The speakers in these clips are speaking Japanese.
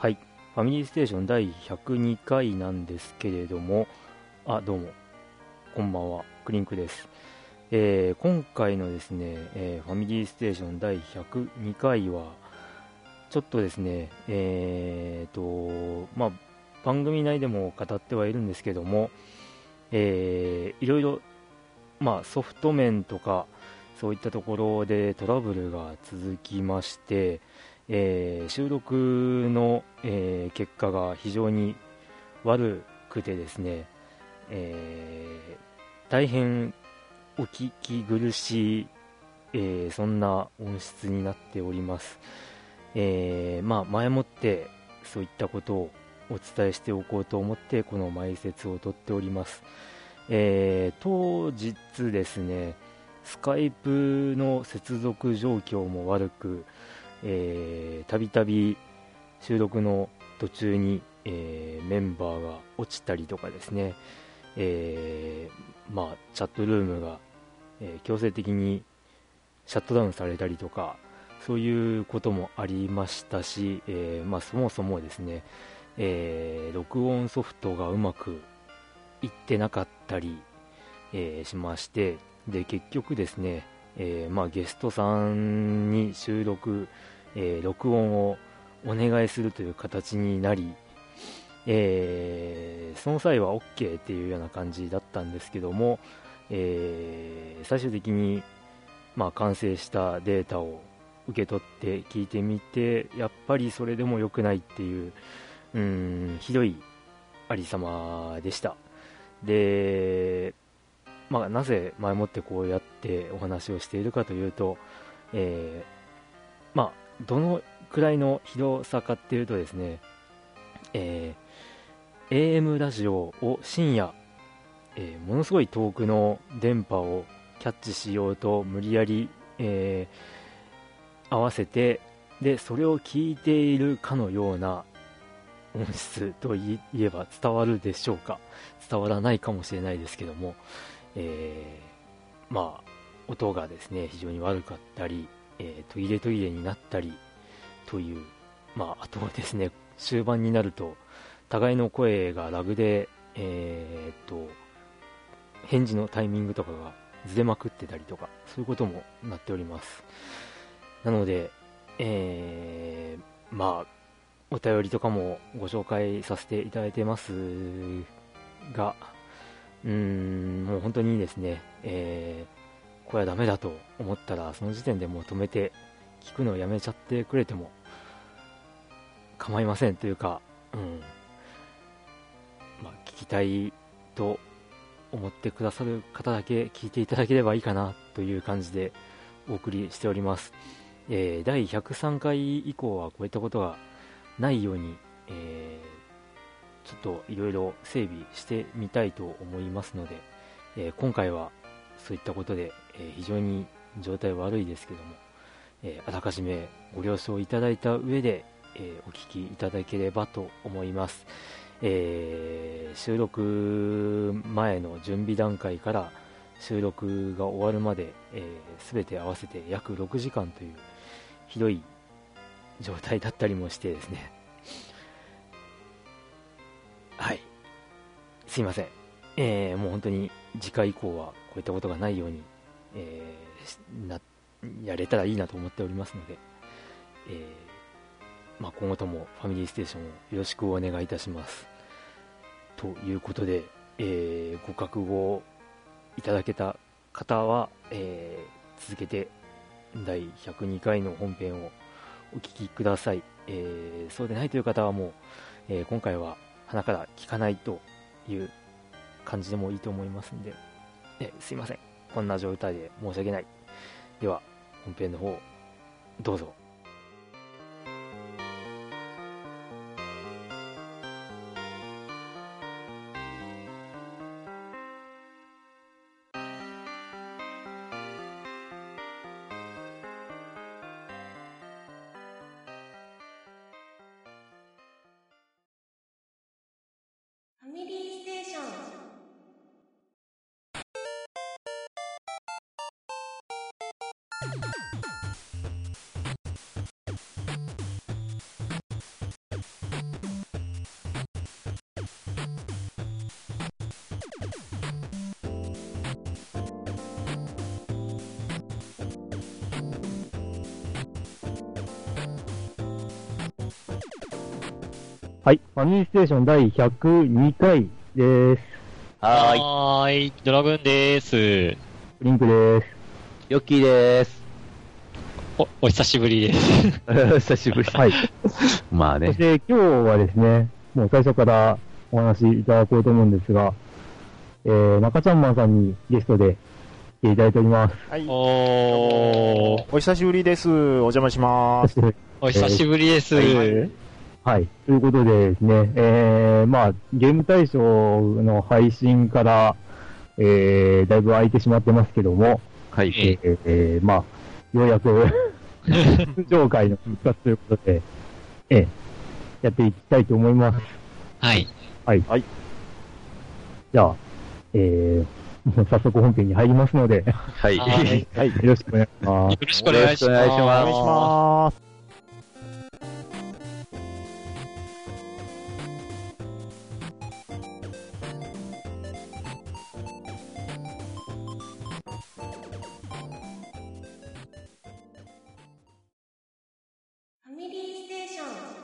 はい、ファミリーステーション第102回なんですけれども、どうも、こんばんは、クリンクです。今回のですね、ファミリーステーション第102回は、ちょっとですね、番組内でも語ってはいるんですけども、いろいろ、ソフト面とか、そういったところでトラブルが続きまして、収録の、結果が非常に悪くてですね、大変お聞き苦しい、そんな音質になっております。前もってそういったことをお伝えしておこうと思ってこの前説を取っております。当日ですね、スカイプの接続状況も悪く、たびたび収録の途中に、メンバーが落ちたりとかですね、チャットルームが、強制的にシャットダウンされたりとか、そういうこともありましたし、そもそもですね、録音ソフトがうまくいってなかったり、しまして、で結局ですね、ゲストさんに収録、録音をお願いするという形になり、その際は OK っていうような感じだったんですけども、最終的に、完成したデータを受け取って聞いてみて、やっぱりそれでも良くないっていう、ひどいありさまでした。で、なぜ前もってこうやってお話をしているかというと、えどのくらいのひどさかっていうとですね、AM ラジオを深夜、ものすごい遠くの電波をキャッチしようと無理やり、合わせて、でそれを聞いているかのような音質と言えば伝わるでしょうか。伝わらないかもしれないですけども、音がですね非常に悪かったり、途切れ途切れになったりという、あとはですね、終盤になると互いの声がラグで、返事のタイミングとかがずれまくってたりとか、そういうこともなっております。なので、お便りとかもご紹介させていただいてますが、もう本当にですね、これはダメだと思ったらその時点でもう止めて聞くのをやめちゃってくれても構いませんというか、聞きたいと思ってくださる方だけ聞いていただければいいかなという感じでお送りしております。第103回以降はこういったことがないように、ちょっといろいろ整備してみたいと思いますので、今回はそういったことで、非常に状態悪いですけども、あらかじめご了承いただいた上で、お聞きいただければと思います。収録前の準備段階から収録が終わるまで、全て合わせて約6時間というひどい状態だったりもしてですね、はい、すいません、もう本当に次回以降はこういったことがないように、やれたらいいなと思っておりますので、今後ともファミリーステーションをよろしくお願いいたします。ということで、ご覚悟いただけた方は、続けて第102回の本編をお聞きください。そうでないという方はもう、今回は鼻から聞かないという感じでもいいと思いますんで、すいません、こんな状態で申し訳ない。では本編の方どうぞ。 ファミリーステーション。 はい。ファミリーステーション第102回です。 はーい。ドラグーンでーす。 プリンクです。 ヨッキーでーす。 お久しぶりです。 久しぶり。 はい。 まあね。 そして今日はですね、もう最初からお話しいただこうと思うんですが、中ちゃんマンさんにゲストで来ていただいております。 はい。 お久しぶりです。お邪魔します。 久しぶりです。 はい。ということでですね、まあ、ゲーム大賞の配信から、だいぶ空いてしまってますけども、 はい。 まあ、ようやく、通常回の復活ということで、やっていきたいと思います。 はい。 はい。 はい。 じゃあ、もう早速本編に入りますので、 はい。 はい。 はい。 よろしくお願いします。 よろしくお願いします。 お願いしお願いしまます。 ファミリーステーション。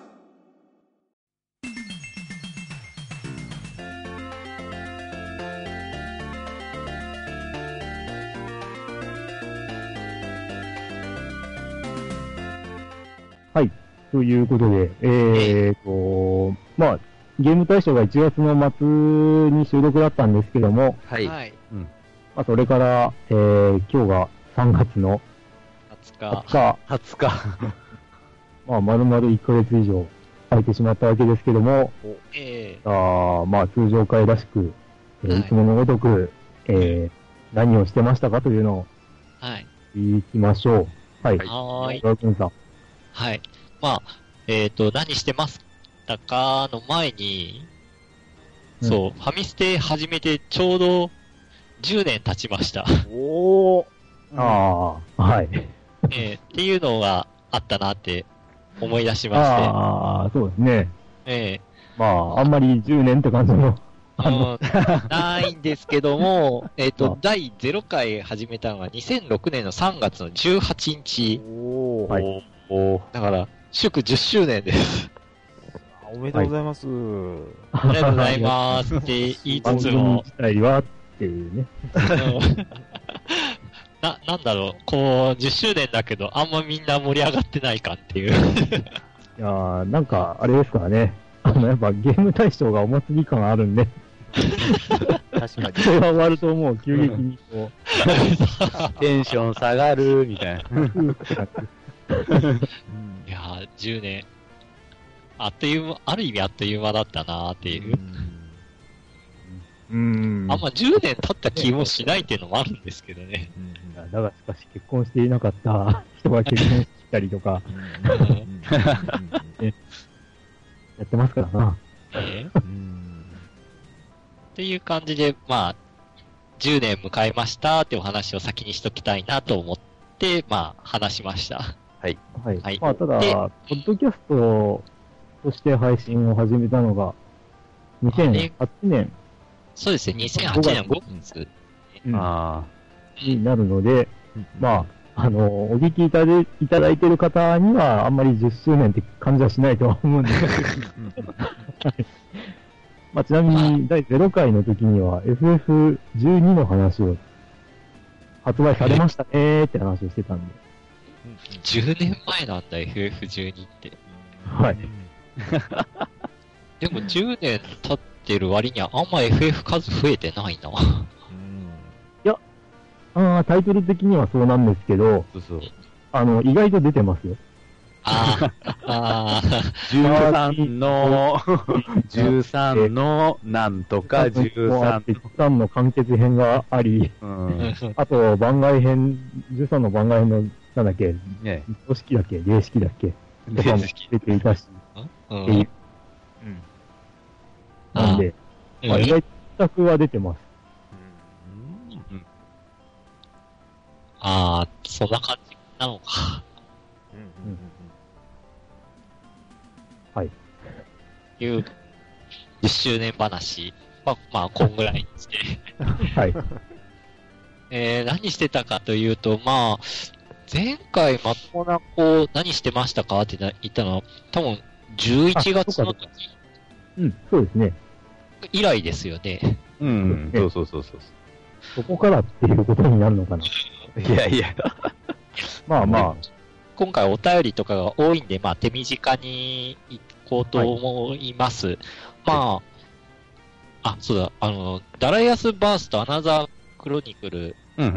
はい。ということで、まあ、ゲーム大賞が1月の末に収録だったんですけども、 はい。 はい。 まあ、それから、今日が3月の 20 20 日。 日、 20日。 まあ、丸々1ヶ月以上空いてしまったわけですけども、まあ、通常回らしく、 はいいつものごとく、何をしてましたかというのをはい。 聞きましょう。はい。 はーい。 ラーさん。 はい。まあ、何してますたかの前に、そう、ファミステ始めてちょうど10年経ちました。 おー。 ああ、はい。 っていうのがあったなって思い出しまして。 ああ、そうですね。 えまあ、あんまり10年って感じの、 ないんですけども、 あ第0回始めたのが2006年の3月の18日。 おー。 はいだから、祝10周年です。 おめでとうございます。 ありがとうございますって言いつ番組つも、 自体はっていうね。 なんだろう、こう、10周年だけど、あんまみんな盛り上がってないかっていう。 いやーなんか、あれですからね。やっぱゲーム大賞がお祭り感あるんで、 確かに。 それが終わるともう急激にこテンション下がる、みたいな。 う、 いやー、10年。ある意味あっという間だったなーっていう。 うん。 あんま10年経った気もしないっていうのもあるんですけどね。 だがしかし結婚していなかった人が結婚したりとか、やってますからな。 っていう感じで、まあ、10年迎えましたってお話を先にしときたいなと思って、まあ、話しました。 はい。 はいまあ、ただ、 でポッドキャストとして配信を始めたのが、2008年そうですね、2008年5月。 あになるので、まあ、お聞きいただいている方には、あんまり10周年って感じはしないとは思うんですけど、まあ、ちなみに、第0回の時には、FF12 の話を発売されましたねーって話をしてたんで、 10年前なんだ、FF12 って。 はい。 でも10年経ってる割にはあんま FF 数増えてないな。 タイトル的にはそうなんですけど、 そうそう。 意外と出てますよ。 13の、13の、なんとか13。 13の完結編があり、 うん。 あと番外編、13の番外編の、なんだっけ、 ね公式だっけ、霊式だっけ、とかも出ていたし、 うんっていう。なんで、まあ、意外と作は出てます。 そんな感じなのか。 はい。 いう10周年話。まあ、こんぐらいにして。 はい。 何してたかというと、まあ、前回まともな、こう、何してましたかって言ったのは、多分、11月の時うん、そうですね。 以来ですよね。 うん、そうそうそうそう。 そこからっていうことになるのかな。 いやいや。 まあまあ。 今回お便りとかが多いんで、まあ手短に行こうと思います。まあ、そうだ、ダライアスバーストアナザークロニクル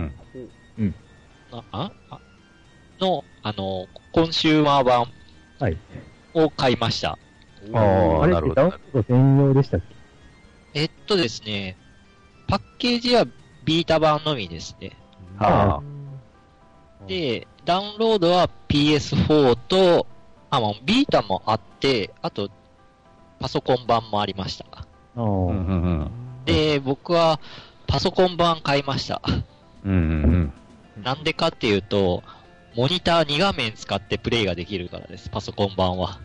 の、コンシューマー版を買いました。 あれってダウンロード専用でしたっけ？ ですね、パッケージはビータ版のみですね。で、ダウンロードは PS4 と、ビータもあって、あと、パソコン版もありました。で、僕はパソコン版買いました。なんでかっていうと、モニター2画面使ってプレイができるからです、パソコン版は。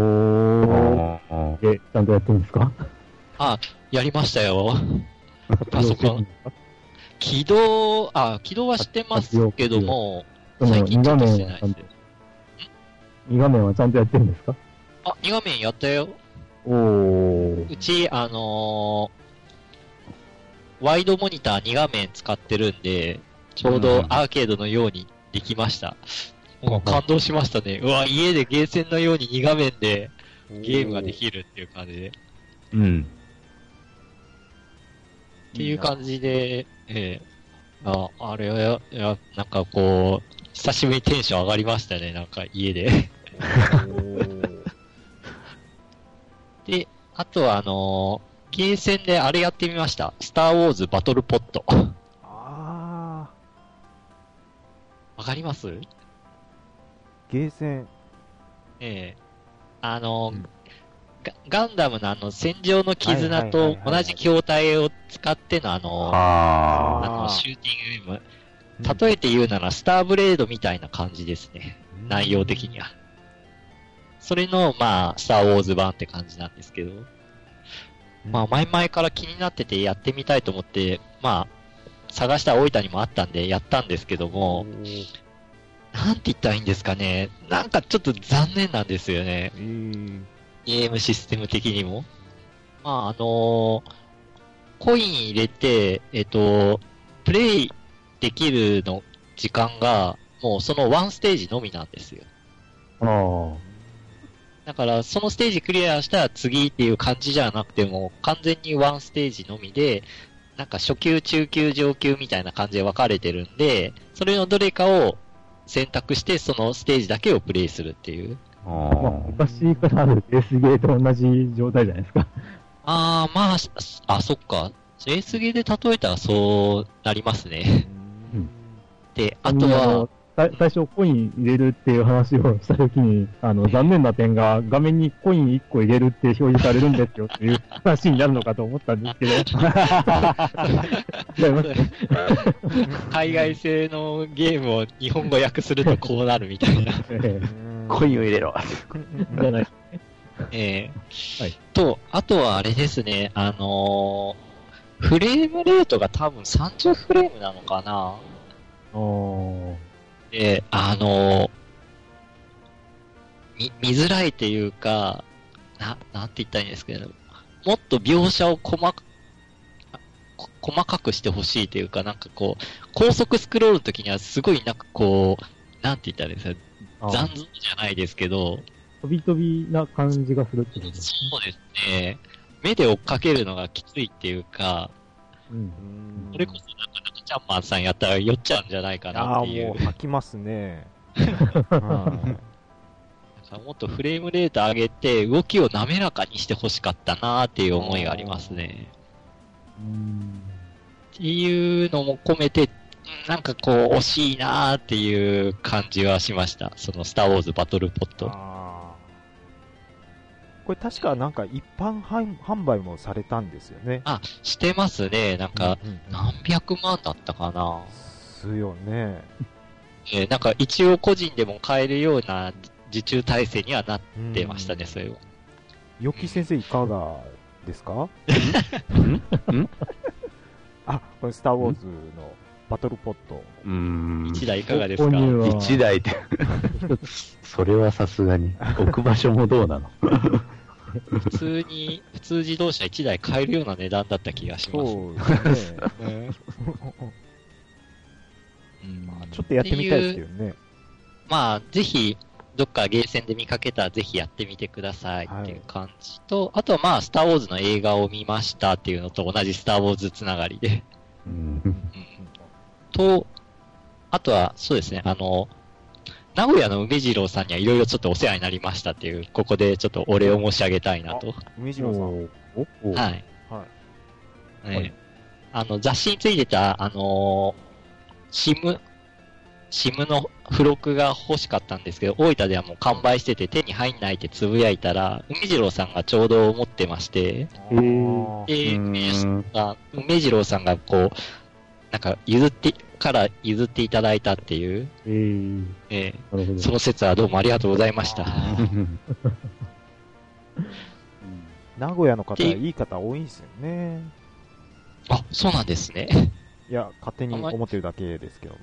ちゃんとやってるんですか？ やりましたよ。パソコン。起動はしてますけども、最近ちょっとしてないです。 2画面はちゃんとやってるんですか ？2画面やったよ。うち、ワイドモニター2画面使ってるんで、ちょうどアーケードのようにできました。もう感動しましたね。うわ、家でゲーセンのように2画面でゲームができるっていう感じで。っていう感じで、あれは、なんかこう、久しぶりにテンション上がりましたね、なんか家で。で、あとはゲーセンであれやってみました。スターウォーズバトルポット。わかります？ ゲーセン。 ガンダムの戦場の絆と同じ筐体を使ってのシューティングゲーム。例えて言うならスターブレードみたいな感じですね。内容的には。それの、スターウォーズ版って感じなんですけど。前々から気になっててやってみたいと思って、探した大分にもあったんでやったんですけども、なんて言ったらいいんですかね。なんかちょっと残念なんですよね。ゲームシステム的にも。コイン入れて、プレイできるの時間が、もうそのワンステージのみなんですよ。だから、そのステージクリアしたら次っていう感じじゃなくても、完全にワンステージのみで、なんか初級、中級、上級みたいな感じで分かれてるんで、それのどれかを選択して、そのステージだけをプレイするっていう。 昔からあるレースゲーと同じ状態じゃないですか。 そっか。レースゲーで例えたらそうなりますね。で、あとは、 最初コイン入れるっていう話をしたときに、残念な点が画面にコイン1個入れるって表示されるんですよっていう話になるのかと思ったんですけど。 海外製のゲームを日本語訳するとこうなるみたいな。 コインを入れろ。 じゃない。 あとはあれですね、フレームレートが多分30フレームなのかな。で、見づらいっていうか、なんて言ったらいいんですけど、もっと描写を細かくしてほしいというか、なんかこう、高速スクロールの時にはすごいなんかこう、なんて言ったらいいんですか、残像じゃないですけど、 飛び飛びな感じがするってことですか？そうですね。目で追っかけるのがきついっていうか、それこそなんかチャンマンさんやったら酔っちゃうんじゃないかなっていう。 もう吐きますね。 もっとフレームレート上げて動きを滑らかにしてほしかったなっていう思いがありますね。っていうのも込めて、なんかこう惜しいなっていう感じはしました。そのスターウォーズバトルポット。 これ確かなんか一般販売もされたんですよね。 してますね。なんか何百万だったかな。 ですよね。 なんか一応個人でも買えるような受注体制にはなってましたね、それは。 よき先生いかがですか？これスターウォーズのバトルポット。 1台いかがですか ？1台って。それはさすがに。置く場所もどうなの？ 普通自動車1台買えるような値段だった気がします。 そうですね。まあちょっとやってみたいですけどね。 まあ、ぜひ、どっかゲーセンで見かけたらぜひやってみてくださいっていう感じと、あとはまあ、スターウォーズの映画を見ましたっていうのと同じスターウォーズつながりで。と、あとは、そうですね、名古屋の梅次郎さんにはいろいろちょっとお世話になりましたっていう、ここでちょっとお礼を申し上げたいなと。 梅次郎さん。 はい。 はい。 雑誌についてた、シムの付録が欲しかったんですけど、大分ではもう完売してて手に入んないってつぶやいたら、梅次郎さんがちょうど持ってまして、で、梅次郎さんがこう、なんか譲っていただいたっていう、その説はどうもありがとうございました。 名古屋の方、いい方多いんですよね。 あ、そうなんですね。 いや、勝手に思ってるだけですけど。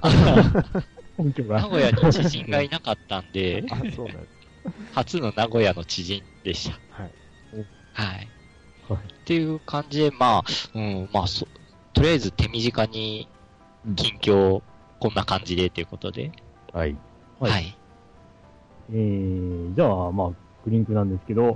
名古屋に知人がいなかったんで、 そうなんです。 初の名古屋の知人でした。はい。っていう感じで、まあ、とりあえず手短に近況、こんな感じでということで。 はい。 はい。じゃあ、まあ、クリンクなんですけど、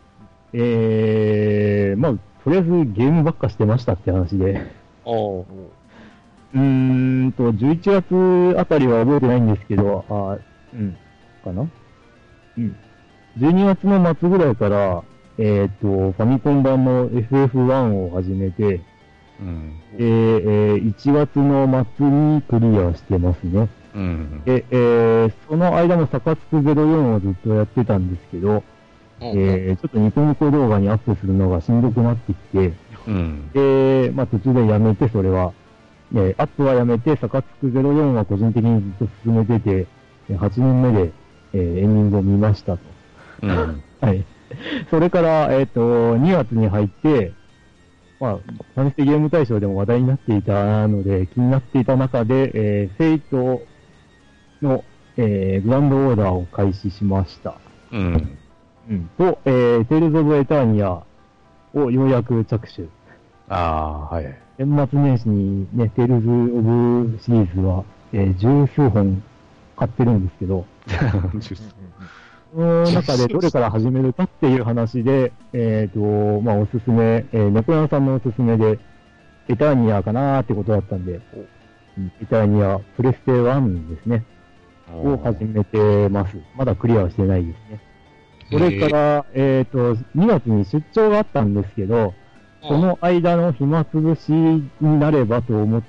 まあ、とりあえずゲームばっかしてましたって話で。11月あたりは覚えてないんですけど、かな12月の末ぐらいから、ファミコン版の FF1 を始めて、1月の末にクリアしてますね。その間もサカツク04をずっとやってたんですけど、ちょっとニコニコ動画にアップするのがしんどくなってきて、まあ途中でやめて、それは。アップはやめて、サカツク04は個人的にずっと進めてて、8年目で、エンディングを見ましたと。はい。それから、2月に入って、まあ、ファミステゲーム大賞でも話題になっていたので、気になっていた中で、フェイトの、グランドオーダーを開始しました。と、テイルズ・オブ・エターニアをようやく着手。 はい。 年末年始にね、テイルズ・オブシリーズは、十数本買ってるんですけど、その中でどれから始めるかっていう話で、まあ、おすすめ、猫屋さんのおすすめで、エターニアかなーってことだったんで、エターニア、プレステ1ですね、を始めてます。まだクリアはしてないですね。それから、2月に出張があったんですけど、その間の暇つぶしになればと思って、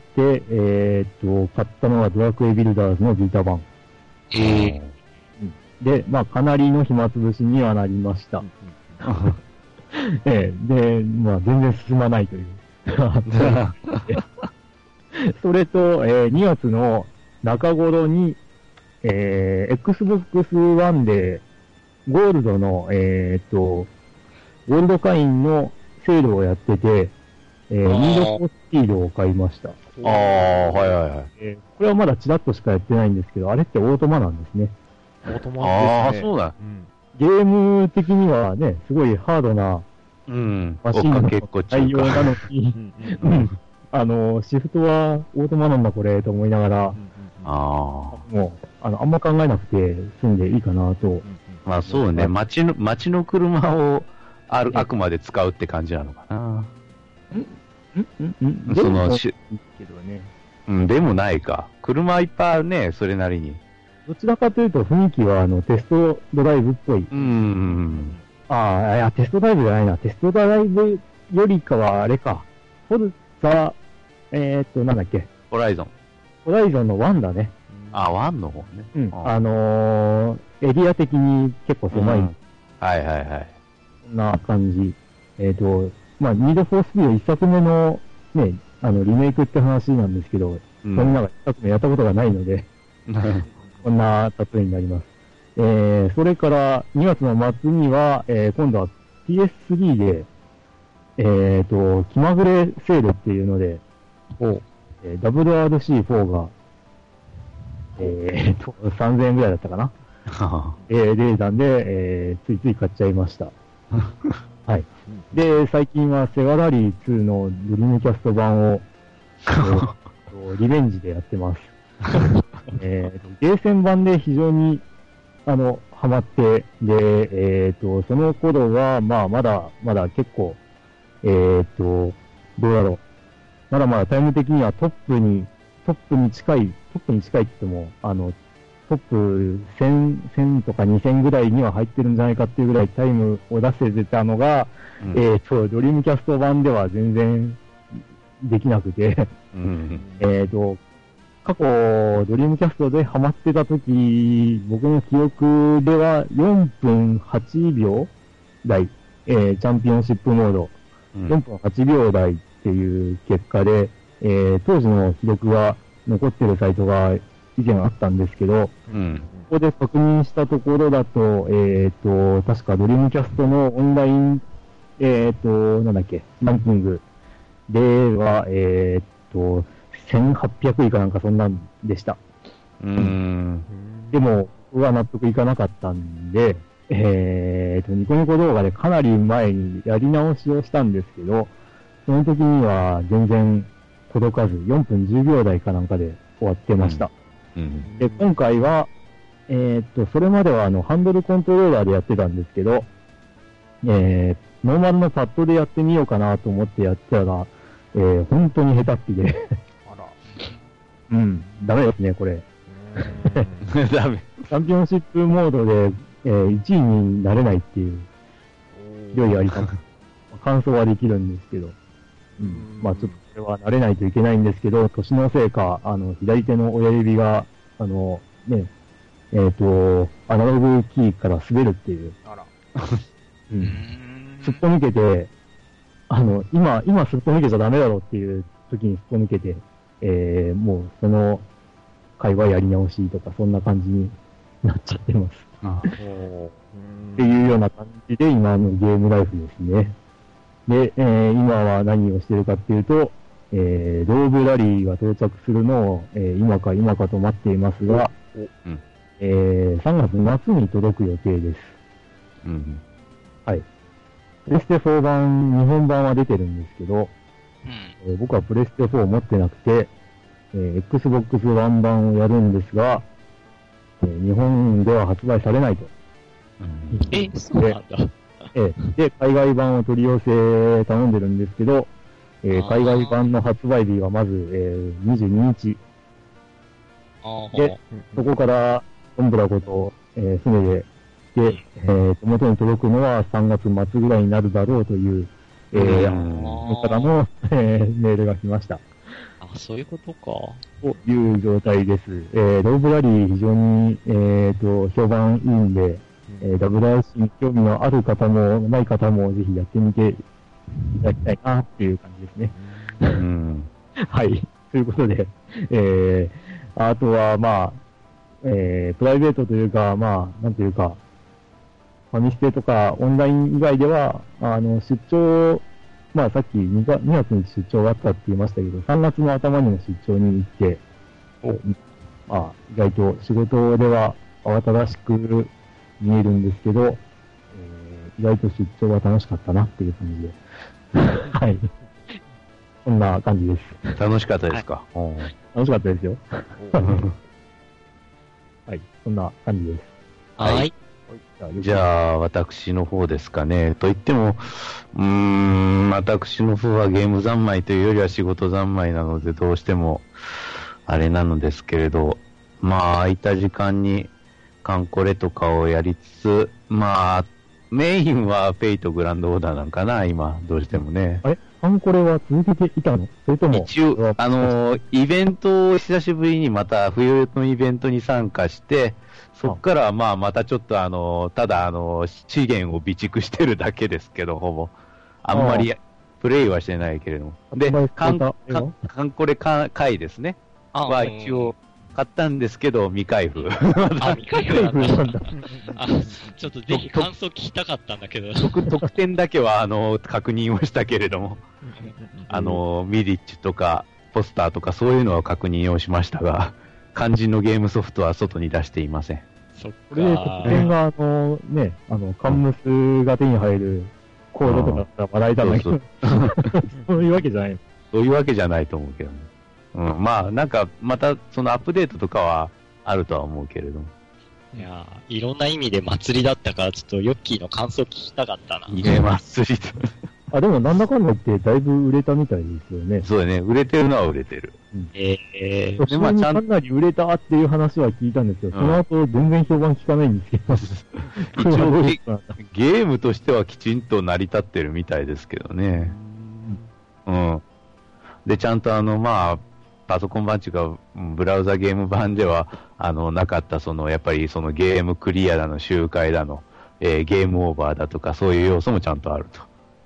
買ったのがドラクエビルダーズのビータ版。で、まあ、かなりの暇つぶしにはなりました。で、まあ、全然進まないという。それと、2月の中頃に、Xbox One で、ゴールドの、ゴールド会員のセールをやってて、ニードフォースピードを買いました。 はいはいはい。 これはまだチラッとしかやってないんですけど、あれってオートマなんですね。 オートマですね。 そうだ。 ゲーム的にはね、すごいハードな、マシンの対応なのに、シフトはオートマなんだこれと思いながら、もう、あんま考えなくて済んでいいかなと。 まあそうね、街の車をあくまで使うって感じなのかな。そのでもないか。車いっぱいあるね、それなりに。 どちらかというと雰囲気はテストドライブっぽい。いや、テストドライブじゃないな。テストドライブよりかはあれか。フォルツァ、なんだっけ。 ホライゾンの1だね。 1の方ね。 エリア的に結構狭い。 はいはいはい。 そんな感じ。まあ、ニードフォースピード一作目のね、リメイクって話なんですけど、そんな一作目やったことがないので、こんな例えになります。それから2月の末には、今度は PS3 で、気まぐれセールっていうので、WRC4 が、3000円ぐらいだったかな。出たんで、ついつい買っちゃいました。 はい。で、最近はセガラリー2のドリームキャスト版を、リベンジでやってます。ゲーセン版で非常に、ハマって、で、その頃は、まあ、まだ結構、どうだろう。まだまだタイム的にはトップに近いって言っても、トップ1000とか2000ぐらいには入ってるんじゃないかっていうぐらいタイムを出せてたのが、ドリームキャスト版では全然できなくて、過去、ドリームキャストでハマってた時、僕の記憶では4分8秒台、チャンピオンシップモード、4分8秒台っていう結果で、当時の記録が残ってるサイトが以前あったんですけど、ここで確認したところだと、確かドリームキャストのオンライン、なんだっけ、ランキングでは、1800位かなんかそんなんでした。でも、僕は納得いかなかったんで、ニコニコ動画でかなり前にやり直しをしたんですけど、その時には全然届かず、4分10秒台かなんかで終わってました。で、今回は、それまではハンドルコントローラーでやってたんですけど、ノーマルのパッドでやってみようかなと思ってやってたら、本当に下手っぴで。ダメですね、これ。 ダメ。 チャンピオンシップモードで、1位になれないっていう、良いあり方。感想はできるんですけど。まあちょっとこれは慣れないといけないんですけど、年のせいか、左手の親指が、アナログキーから滑るっていう。すっぽ抜けて、今すっぽ抜けちゃダメだろうっていう時にすっぽ抜けて、もうその会話やり直しとかそんな感じになっちゃってます。っていうような感じで今のゲームライフですね。で、今は何をしてるかっていうと、ローブラリーが到着するのを、今かと待っていますが、3月末に届く予定です。はい。プレステ4版、日本版は出てるんですけど、僕はプレステ4を持ってなくて、Xbox One 版をやるんですが、日本では発売されないと。 そうなんだ。 で、海外版を取り寄せ頼んでるんですけど、海外版の発売日はまず、22日。で、そこから、コンブラこと、船で、手元に届くのは3月末ぐらいになるだろうという、からの、メールが来ました。 そういうことか。 という状態です。ローブラリー非常に、評判いいんで、WRC に興味のある方もない方もぜひやってみていただきたいなっていう感じですね。はい。ということで、あとは、まあ、プライベートというか、まあ、なんていうか、ファミステとかオンライン以外では、出張、まあさっき2月に出張があったって言いましたけど、3月の頭にも出張に行って、まあ意外と仕事では慌ただしく見えるんですけど、意外と出張は楽しかったなっていう感じで。はい。こんな感じです。 楽しかったですか？ 楽しかったですよ。はい。そんな感じです。 はい。 じゃあ、私の方ですかね。と言っても、私の方はゲーム三昧というよりは仕事三昧なので、どうしても、あれなのですけれど、まあ、空いた時間に、カンコレとかをやりつつ、まあ、メインはフェイトグランドオーダーなんかな、今、どうしてもね。 あれカンコレは続けていたの？それとも一応、イベントを久しぶりにまた冬のイベントに参加して、そっからまあまたちょっとただ資源を備蓄してるだけですけど、ほぼ。あんまりプレイはしてないけれども。で、カンコレ回ですね。は一応買ったんですけど、未開封。 未開封なんだ。ちょっとぜひ感想聞きたかったんだけど。 特典だけは確認をしたけれども、ミリッチとかポスターとかそういうのは確認をしましたが、肝心のゲームソフトは外に出していません。 そっか。 これで特典がカンムスが手に入るコードとかだったら笑いたんだけど、そういうわけじゃない。 そういうわけじゃないと思うけどね。まあ、なんか、また、そのアップデートとかはあるとは思うけれども。 いやー、いろんな意味で祭りだったから、ちょっとヨッキーの感想聞きたかったな。 祭りと。 でもなんだかんだ言ってだいぶ売れたみたいですよね。 そうだね。売れてるのは売れてる。 初めにかなり売れたっていう話は聞いたんですけど、その後全然評判聞かないんですけど。 一応ゲームとしてはきちんと成り立ってるみたいですけどね。で、ちゃんとパソコン版っていうか、ブラウザゲーム版では、なかった、やっぱりそのゲームクリアだの、周回だの、ゲームオーバーだとか、そういう要素もちゃんとあると。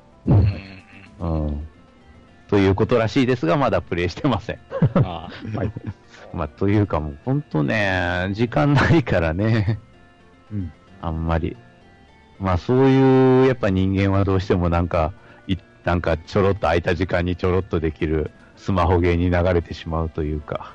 ということらしいですが、まだプレイしてません。 はい。 というかもう、ほんとね、時間ないからね。あんまり。そういう、やっぱ人間はどうしてもなんかちょろっと空いた時間にちょろっとできるスマホゲーに流れてしまうというか。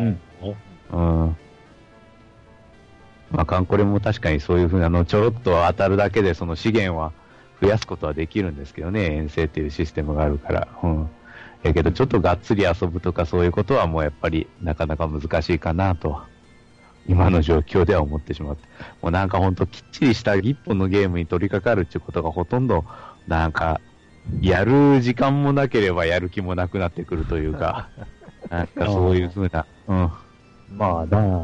カンコレも確かにそういうふうなちょろっと当たるだけでその資源は増やすことはできるんですけどね、遠征っていうシステムがあるから。やけどちょっとがっつり遊ぶとかそういうことはもうやっぱりなかなか難しいかなと、今の状況では思ってしまって。もうなんかほんときっちりした一本のゲームに取り掛かるっていうことがほとんど、なんか、やる時間もなければやる気もなくなってくるというか、なんかそういうふうな、 まあ、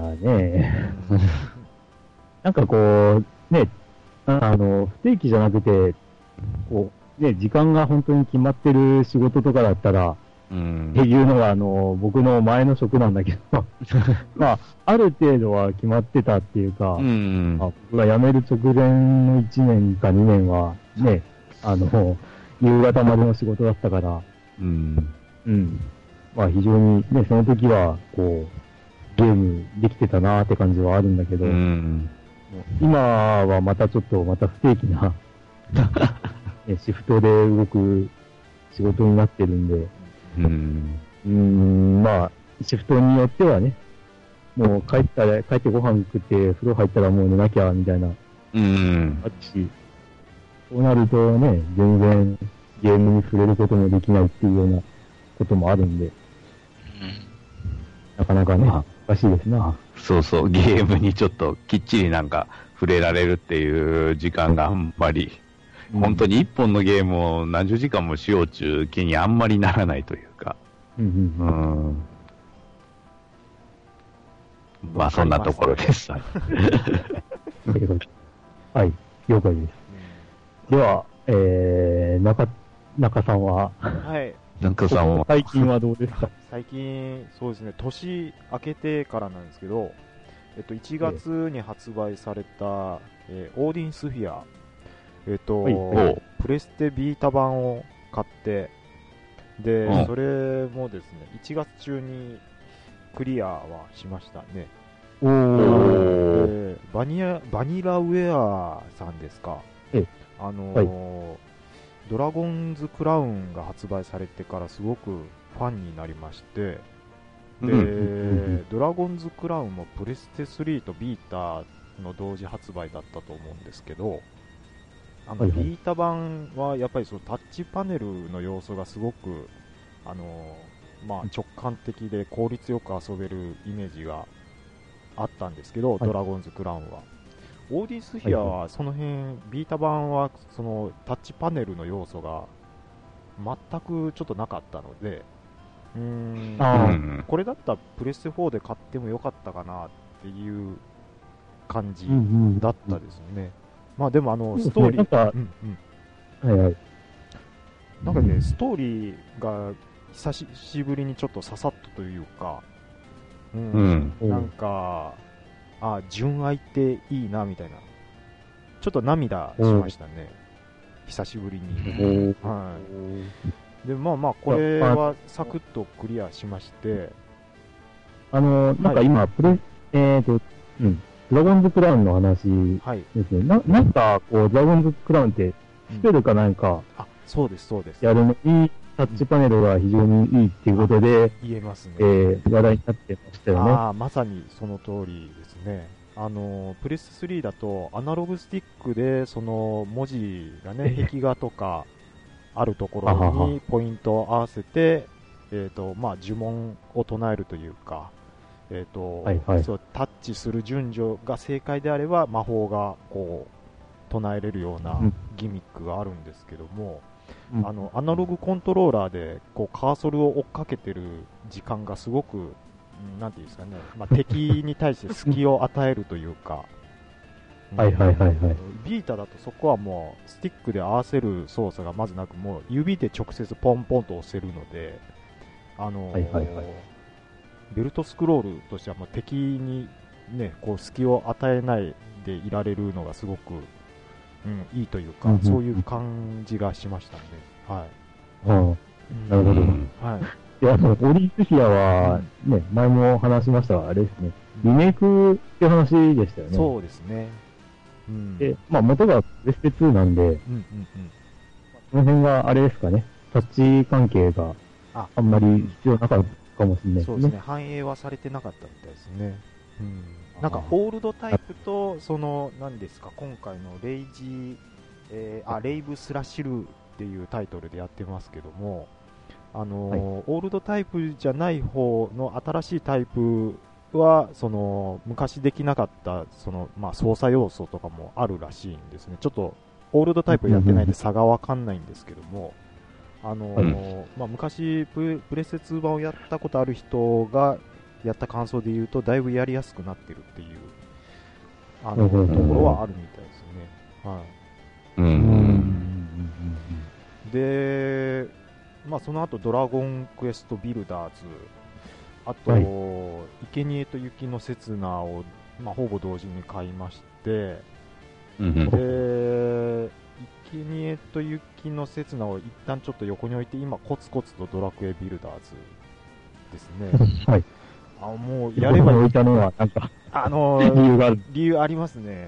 なんかこう、ね、不定期じゃなくて、こう、ね、時間が本当に決まってる仕事とかだったら、っていうのが、僕の前の職なんだけど、ある程度は決まってたっていうか、僕が辞める直前の1年か2年は、ね、夕方までの仕事だったから、非常にね、その時は、こう、ゲームできてたなーって感じはあるんだけど、今はまたちょっと、また不定期な、シフトで動く仕事になってるんで、シフトによってはね、もう帰ってご飯食って風呂入ったらもう寝なきゃ、みたいな、あるし、そうなるとね、全然ゲームに触れることもできないっていうようなこともあるんで、なかなかね、難しいですな。 そうそう、ゲームにちょっときっちりなんか触れられるっていう時間があんまり、本当に一本のゲームを何十時間もしようちゅう気にあんまりならないというか。そんなところです。 はい、了解です。では、中さんは、 中さんは最近はどうですか？ 最近、そうですね、年明けてからなんですけど、1月に発売された、オーディンスフィア、プレステビータ版を買って、で、それもですね、1月中にクリアはしましたね。バニラウェアさんですか。ドラゴンズクラウンが発売されてからすごくファンになりまして、で、ドラゴンズクラウンもプレステ3とビータの同時発売だったと思うんですけど、ビータ版はやっぱりそのタッチパネルの要素がすごく、直感的で効率よく遊べるイメージがあったんですけど、ドラゴンズクラウンは。オーディスフィアはその辺、ビータ版はそのタッチパネルの要素が全くちょっとなかったので、これだったらプレステ4で買ってもよかったかなっていう感じだったですね。でもストーリー、なんかね、ストーリーが久しぶりにちょっとささっとというか、なんか、純愛っていいなみたいな、ちょっと涙しましたね、久しぶりに。で、これはサクッとクリアしまして、 なんか今、ドラゴンズクラウンの話ですね。なんか、こう、ドラゴンズクラウンって、スペルかなんか、 そうです、そうです。 やるのに、タッチパネルが非常にいいっていうことで、 言えますね。 話題になってましたよね。 まさにその通りですね。 プレス3だとアナログスティックでその文字がね、壁画とかあるところにポイントを合わせて、まあ、呪文を唱えるというか、そうタッチする順序が正解であれば魔法がこう唱えれるようなギミックがあるんですけども、アナログコントローラーでこうカーソルを追っかけてる時間がすごく、なんていうんですかね、まあ、敵に対して隙を与えるというか、ビータだとそこはもうスティックで合わせる操作がまずなく、もう指で直接ポンポンと押せるので、ベルトスクロールとしてはもう敵に、ね、こう隙を与えないでいられるのがすごく、いいというか、そういう感じがしましたね。はい。 なるほど。 はい。 いや、オリースフィアは、ね、前も話しましたが、あれですね、リメイクって話でしたよね。 そうですね。 で、まあ元がプレステ2なんで、その辺があれですかね、タッチ関係があんまり必要なかったかもしれないですね。 そうですね、反映はされてなかったみたいですね。なんかオールドタイプと、その、何ですか、今回のレイブスラッシュルっていうタイトルでやってますけども、オールドタイプじゃない方の新しいタイプは、その昔できなかったその、まあ、操作要素とかもあるらしいんですね。ちょっとオールドタイプやってないんで差がわかんないんですけども、まあ、昔プレステ2版をやったことある人がやった感想で言うと、だいぶやりやすくなってるっていうところはあるみたいですね。はい。で、まあ、その後ドラゴンクエストビルダーズ、あと、生贄と雪の刹那を、まあ、ほぼ同時に買いまして、で、生贄と雪の刹那を一旦ちょっと横に置いて、今コツコツとドラクエビルダーズですね。 はい。 もうやれば置いたのはなんか理由がある。 理由ありますね。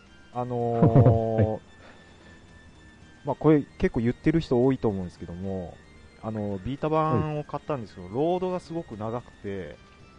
まあこれ結構言ってる人多いと思うんですけども、ビータ版を買ったんですけど、ロードがすごく長くて、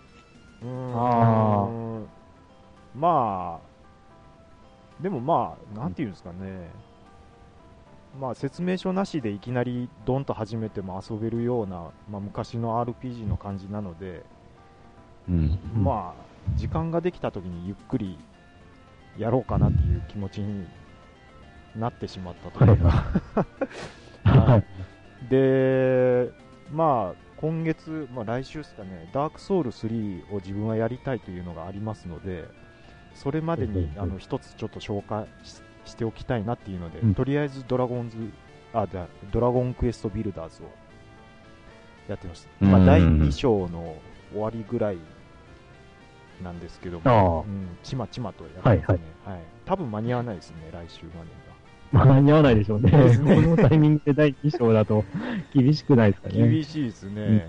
まあ、でもまあ、なんていうんですかね、まあ説明書なしでいきなりドンと始めても遊べるような、まあ、昔の RPG の感じなので、まあ、時間ができた時にゆっくりやろうかなっていう気持ちになってしまったというかで、まあ、今月、まあ、来週ですかね、ダークソウル3を自分はやりたいというのがありますので、それまでに一つちょっと紹介しておきたいなっていうので、とりあえずドラゴンクエストビルダーズをやってました。まあ、第2章の終わりぐらいなんですけども、ちまちまとやってますね。多分間に合わないですね、来週までが。 間に合わないでしょうね。このタイミングで第2章だと厳しくないですかね。 厳しいですね。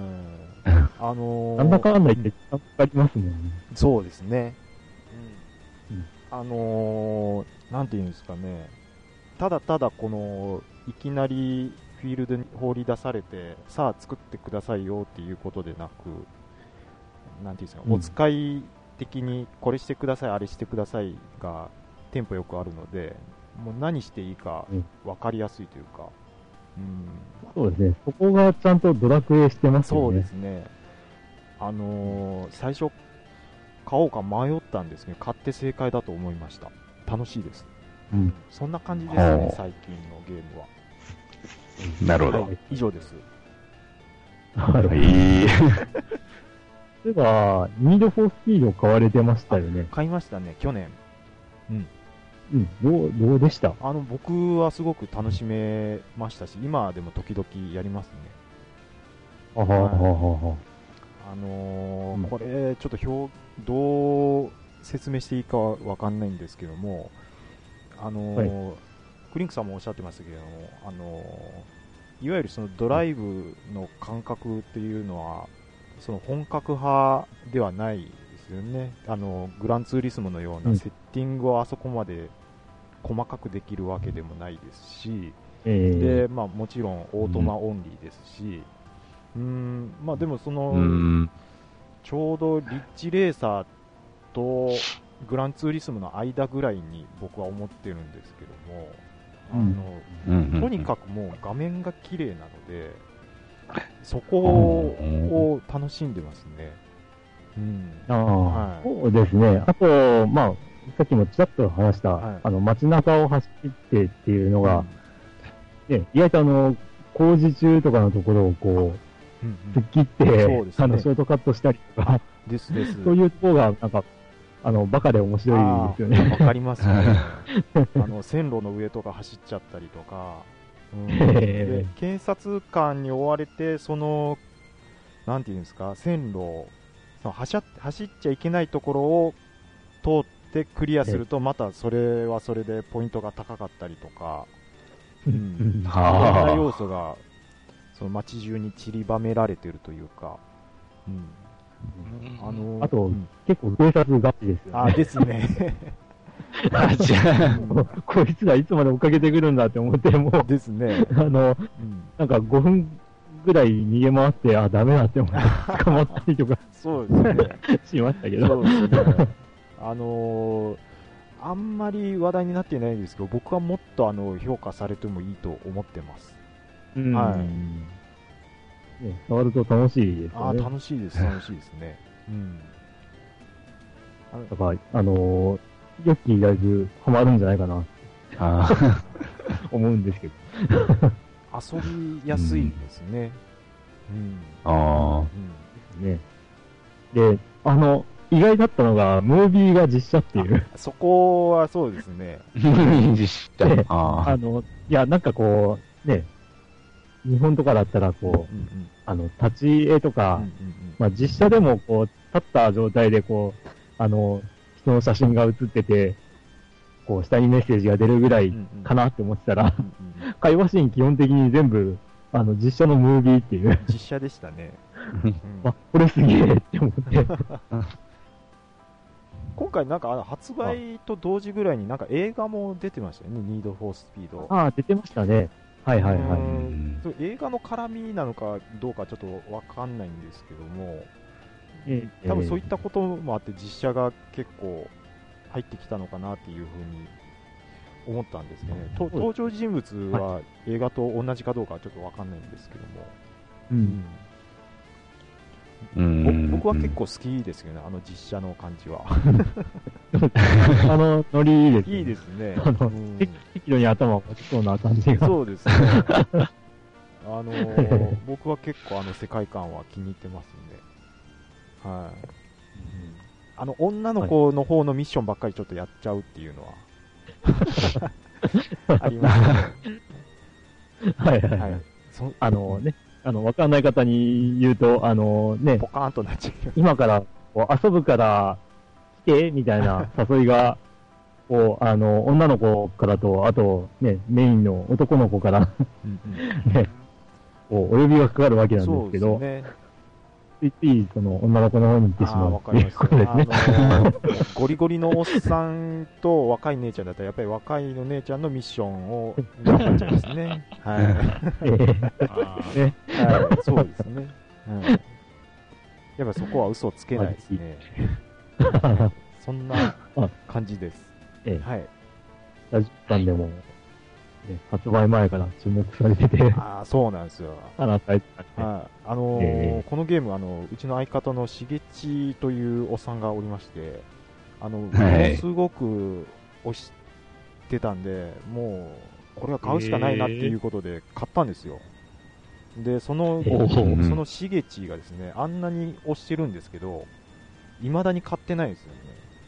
なんだかんだ言ってかかりますもんね。 そうですね。なんていうんですかね。ただただこの、いきなりフィールドに放り出されて、さあ作ってくださいよっていうことでなく、なんていうんですか、お使い的にこれしてください、あれしてくださいがテンポよくあるので、もう何していいか分かりやすいというか、 そうですね、そこがちゃんとドラクエしてますよね。 そうですね。最初買おうか迷ったんですけど、買って正解だと思いました。楽しいです。そんな感じですね、最近のゲームは。 なるほど。 以上です。 そういえば、ニードフォースピード買われてましたよね。 買いましたね、去年。 どうでした？ 僕はすごく楽しめましたし、今でも時々やりますね。これ、ちょっとどう説明していいかはわかんないんですけども、クリンクさんもおっしゃってましたけれども、いわゆるそのドライブの感覚っていうのは、その本格派ではないですよね。グランツーリスモのようなセッティングをあそこまで細かくできるわけでもないですし、で、まあもちろんオートマオンリーですし、まあでもその、ちょうどリッチレーサーとグランツーリスモの間ぐらいに僕は思ってるんですけども、とにかくもう画面が綺麗なので、そこを楽しんでますね。 そうですね。あと、まあ、さっきもちらっと話した、街中を走ってっていうのが、意外と工事中とかのところをこう、突っ切って、ショートカットしたりとか、そういうところが、なんか、バカで面白いですよね。 わかりますね。線路の上とか走っちゃったりとか、で警察官に追われて、なんていうんですか、線路、走っちゃいけないところを通ってクリアすると、またそれはそれでポイントが高かったりとか、いろんな要素がその街中に散りばめられてるというか、 あと、結構警察ガチですよね。 ですね。 こいつらいつまで追っかけてくるんだって思って、もう、 ですね。 なんか5分ぐらい逃げ回って、ダメだって思って捕まったりとかそうですね。 しましたけど。 そうですね。あんまり話題になっていないんですけど、僕はもっと評価されてもいいと思ってます。はい。 触ると楽しいですよね。 楽しいです、楽しいですね。 だから、ヨッキーだいぶハマるんじゃないかな、思うんですけど。 遊びやすいですね。 ね。で、意外だったのが、ムービーが実写っていう。 そこはそうですね。 実写。 いや、なんかこう、ね、日本とかだったら、こう、立ち絵とか、まあ実写でも、こう、立った状態で、こう、人の写真が写ってて、こう、下にメッセージが出るぐらいかなって思ってたら、会話シーン基本的に全部、実写のムービーっていう。 実写でしたね。 これすげえって思って。 今回なんか発売と同時ぐらいになんか映画も出てましたよね、ニードフォースピード。 出てましたね。はいはいはい。 映画の絡みなのかどうかちょっとわかんないんですけども、多分そういったこともあって実写が結構入ってきたのかなっていうふうに思ったんですね。登場人物は映画と同じかどうかはちょっとわかんないんですけども、僕は結構好きですよね、実写の感じは。 ノリいいですね。 いいですね。 適度に頭を持ちそうな感じが。 そうですね。僕は結構世界観は気に入ってますんで。はい。女の子の方のミッションばっかりちょっとやっちゃうっていうのはありますね。 はいはいはい。わかんない方に言うと、 ポカーンとなっちゃう。 今から遊ぶから来てみたいな誘いが、女の子からと、あとね、メインの男の子からね、お呼びがかかるわけなんですけど、ついついその女の子の方に行ってしまうっていうことですね。 ゴリゴリのおっさんと若い姉ちゃんだったら、やっぱり若いの姉ちゃんのミッションを頑張っちゃいますね。はい。そうですね。やっぱそこは嘘をつけないですね。そんな感じです。はい。 ラジオさんでも、発売前から注目されてて。 そうなんですよ。 このゲーム、うちの相方のしげちというおっさんがおりまして、ものすごく推してたんで、もう、これは買うしかないなっていうことで買ったんですよ。で、そのしげちがですね、あんなに推してるんですけど、未だに買ってないですよ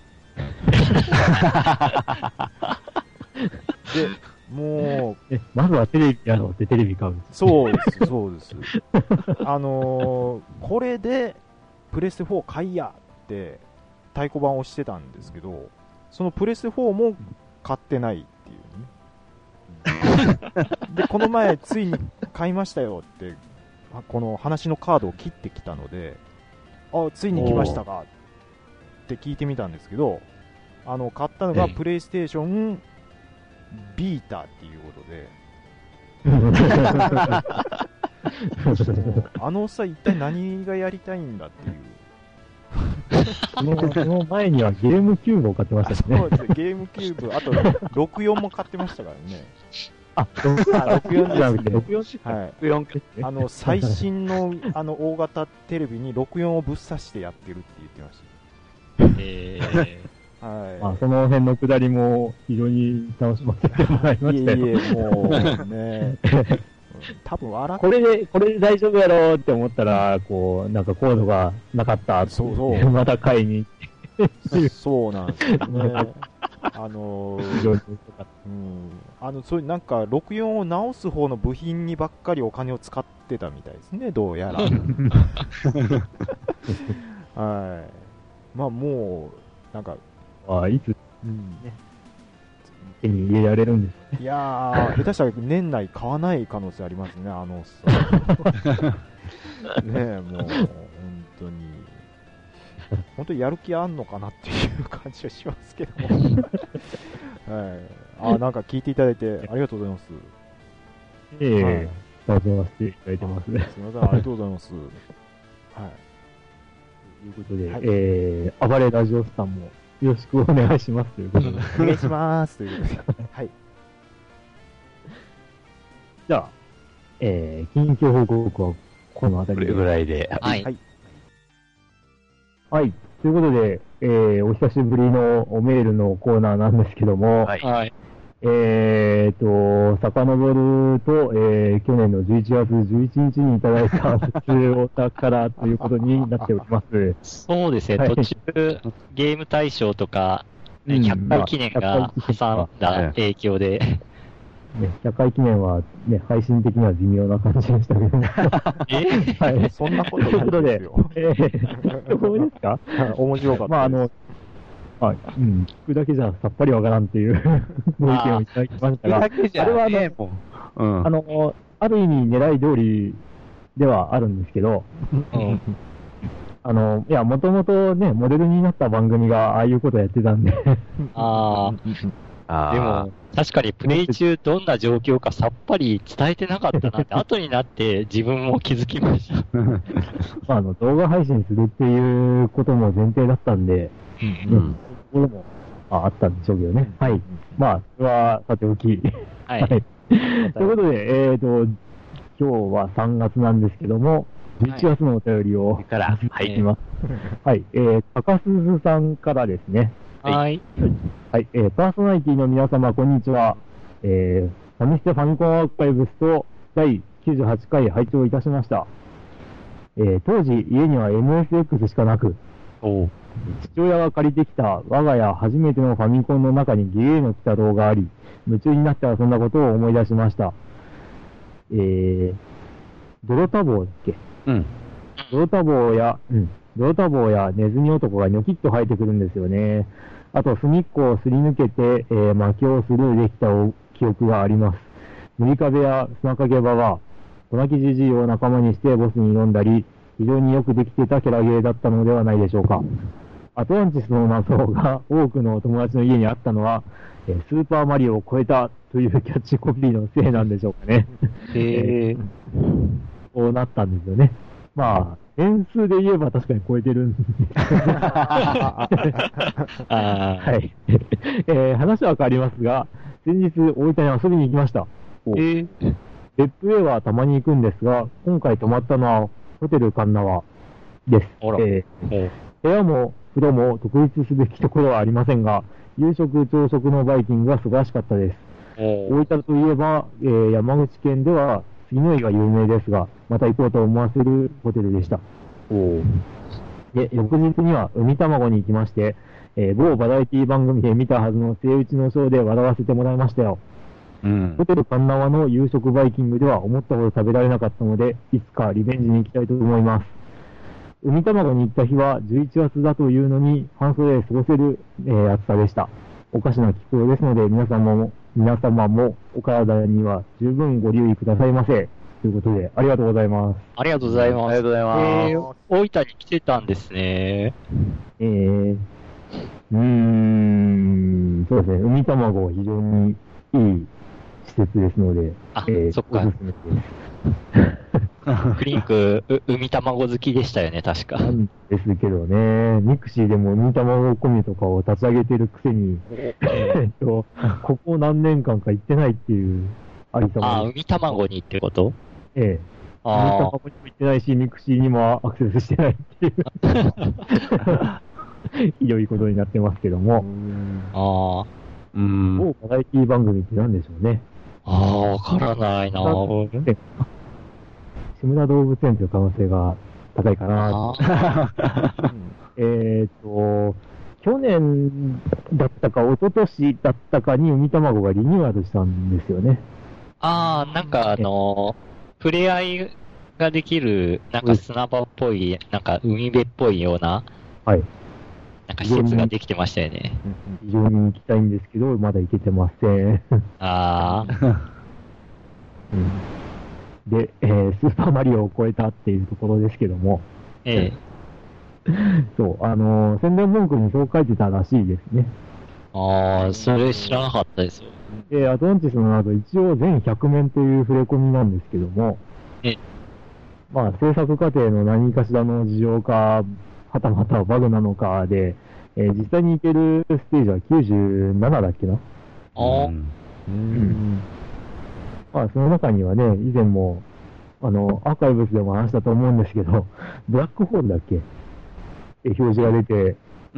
ね。で、もう、まずはテレビやろうってテレビ買う。 そうです、そうです。これで、プレステ4買いやって太鼓判をしてたんですけど、そのプレステ4も買ってないっていうね。で、この前、ついに買いましたよって、この話のカードを切ってきたので、ついに来ましたかって聞いてみたんですけど、買ったのがプレイステーションビータっていうことで、おっさん一体何がやりたいんだっていう。 その前にはゲームキューブを買ってましたね。 そうですね、ゲームキューブ、あと64も買ってましたからね。 64じゃなくて、64ですか。 はい。 64ですね。 最新の、大型テレビに64をぶっ刺してやってるって言ってました。はい。 その辺のくだりも非常に楽しませてもらいましたよ。 いえいえ、もうね、多分笑これで大丈夫やろうって思ったら、こう、なんかコードがなかったって言ってそうそうまた買いに行って。 そうなんですよね。 非常に良かった。 そういうなんか、64を直す方の部品にばっかりお金を使ってたみたいですね、どうやら。はい。まあもう、なんか、 いつ、手に入れられるんですね。 いやー、下手したら年内買わない可能性ありますね、ねえ、もう、本当にやる気あんのかなっていう感じはしますけども。はい。なんか聞いていただいてありがとうございます。 楽しませていただいてますね。 すみません、ありがとうございます。はい。 ということで、暴れラジオスさんもよろしくお願いしますということで。 お願いしますということで。はい。 じゃあ、近況報告はこの辺りで。 これぐらいで。 はい。 はい。ということで、お久しぶりのメールのコーナーなんですけども、 はい。 遡ると、去年の11月11日にいただいた普通お宝ということになっております。 そうですね、 はい途中、ゲーム大賞とか、100回記念が挟んだ影響で、 100回記念は、配信的には微妙な感じでしたけども。はい。 そんなことないですよ。 そうですか？ 面白かったです。 聞くだけじゃさっぱりわからんっていうご意見をいただきましたが、 あれはある意味狙い通りではあるんですけど、いや、もともとね、モデルになった番組がああいうことやってたんで。 でも、確かにプレイ中どんな状況かさっぱり伝えてなかったなって、後になって自分も気づきました。 動画配信するっていうことも前提だったんで、そういうところもあったんでしょうけどね。はい。それはさておき。 はい。 ということで、今日は3月なんですけども、11月のお便りをいきます。はい。高鈴さんからですね。 はい。 はい。パーソナリティの皆様、こんにちは。ファミステファミコンアーカイブスと第98回拝聴いたしました。当時、家には MSX しかなく、父親が借りてきた我が家初めてのファミコンの中にゲーの鬼太郎があり、夢中になったらそんなことを思い出しました。泥田坊だっけ？泥田坊やネズミ男がニョキッと生えてくるんですよね。あと、隅っこをすり抜けて、魔境スルーできた記憶があります。塗り壁や砂影場は、小泣きじじいを仲間にしてボスに挑んだり、非常によくできてたキャラゲーだったのではないでしょうか。アトランティスの謎が多くの友達の家にあったのは、スーパーマリオを超えたというキャッチコピーのせいなんでしょうかね。そうなったんですよね。点数で言えば確かに超えてるんですはい。話は変わりますが、先日大分に遊びに行きました。別府へはたまに行くんですが、今回泊まったのはホテルカンナワです。部屋も風呂も特筆すべきところはありませんが、夕食、朝食のバイキングが素晴らしかったです。大分といえば、山口県では杉の井が有名ですが、また行こうと思わせるホテルでした。で、翌日には海卵に行きまして、某バラエティ番組で見たはずのセイウチのショーで笑わせてもらいましたよ。ホテルカンナワの夕食バイキングでは思ったほど食べられなかったので、いつかリベンジに行きたいと思います。海卵に行った日は11月だというのに、半袖で過ごせる、暑さでした。おかしな気候ですので、皆様もお体には十分ご留意くださいませ。ということで、ありがとうございます。 ありがとうございます。 ありがとうございます。 大分に来てたんですね。 そうですね、海卵は非常にいい施設ですので、 そっか。 おすすめです。 クリンク、海卵好きでしたよね、確か。 なんですけどね、ミクシーでも海卵コミとかを立ち上げてるくせに、ここ何年間か行ってないっていうありさああ、 まで、 海卵にってこと？ ええ。海あ卵にも行ってないし、ミクシーにもアクセスしてないっていう、ひどいことになってますけども、 あ、ああ、 某バラエティ番組って何でしょうね。 ああ、わからないな。 志村動物園という可能性が高いかな。 ああ、 去年だったか、一昨年だったかに海卵がリニューアルしたんですよね。 ああ、なんか触れ合いができる、なんか砂場っぽい、なんか海辺っぽいような、 はい。 なんか施設ができてましたよね。 非常に行きたいんですけど、まだ行けてません。 ああ、 で、スーパーマリオを超えたっていうところですけども、 ええ。 そう、宣伝文句にそう書いてたらしいですね。 ああ、それ知らなかったですよ。 で、アドンチスの後、一応全100面という触れ込みなんですけども、まあ、制作過程の何かしらの事情か、はたまたバグなのかで、実際に行けるステージは97だっけな。 あまあ、その中にはね、以前も、アーカイブスでも話したと思うんですけど、ブラックホールだっけ表示が出て、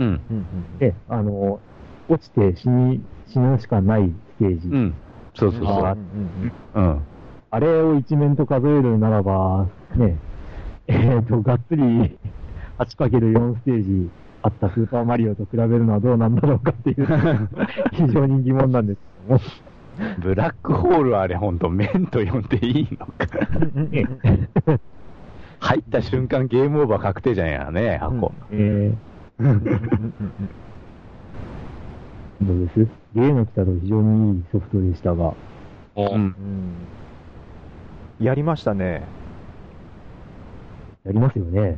落ちて死ぬしかないステージ。 そうそうそう。 あれを一面と数えるならば、ね、がっつり 8×4 ステージあったスーパーマリオと比べるのはどうなんだろうかっていう、非常に疑問なんですけども。 ブラックホールはあれほんと面と呼んでいいのか。入った瞬間ゲームオーバー確定じゃんやね、箱。 どうですゲーの来たと非常にいいソフトでしたが。 やりましたね。 やりますよね。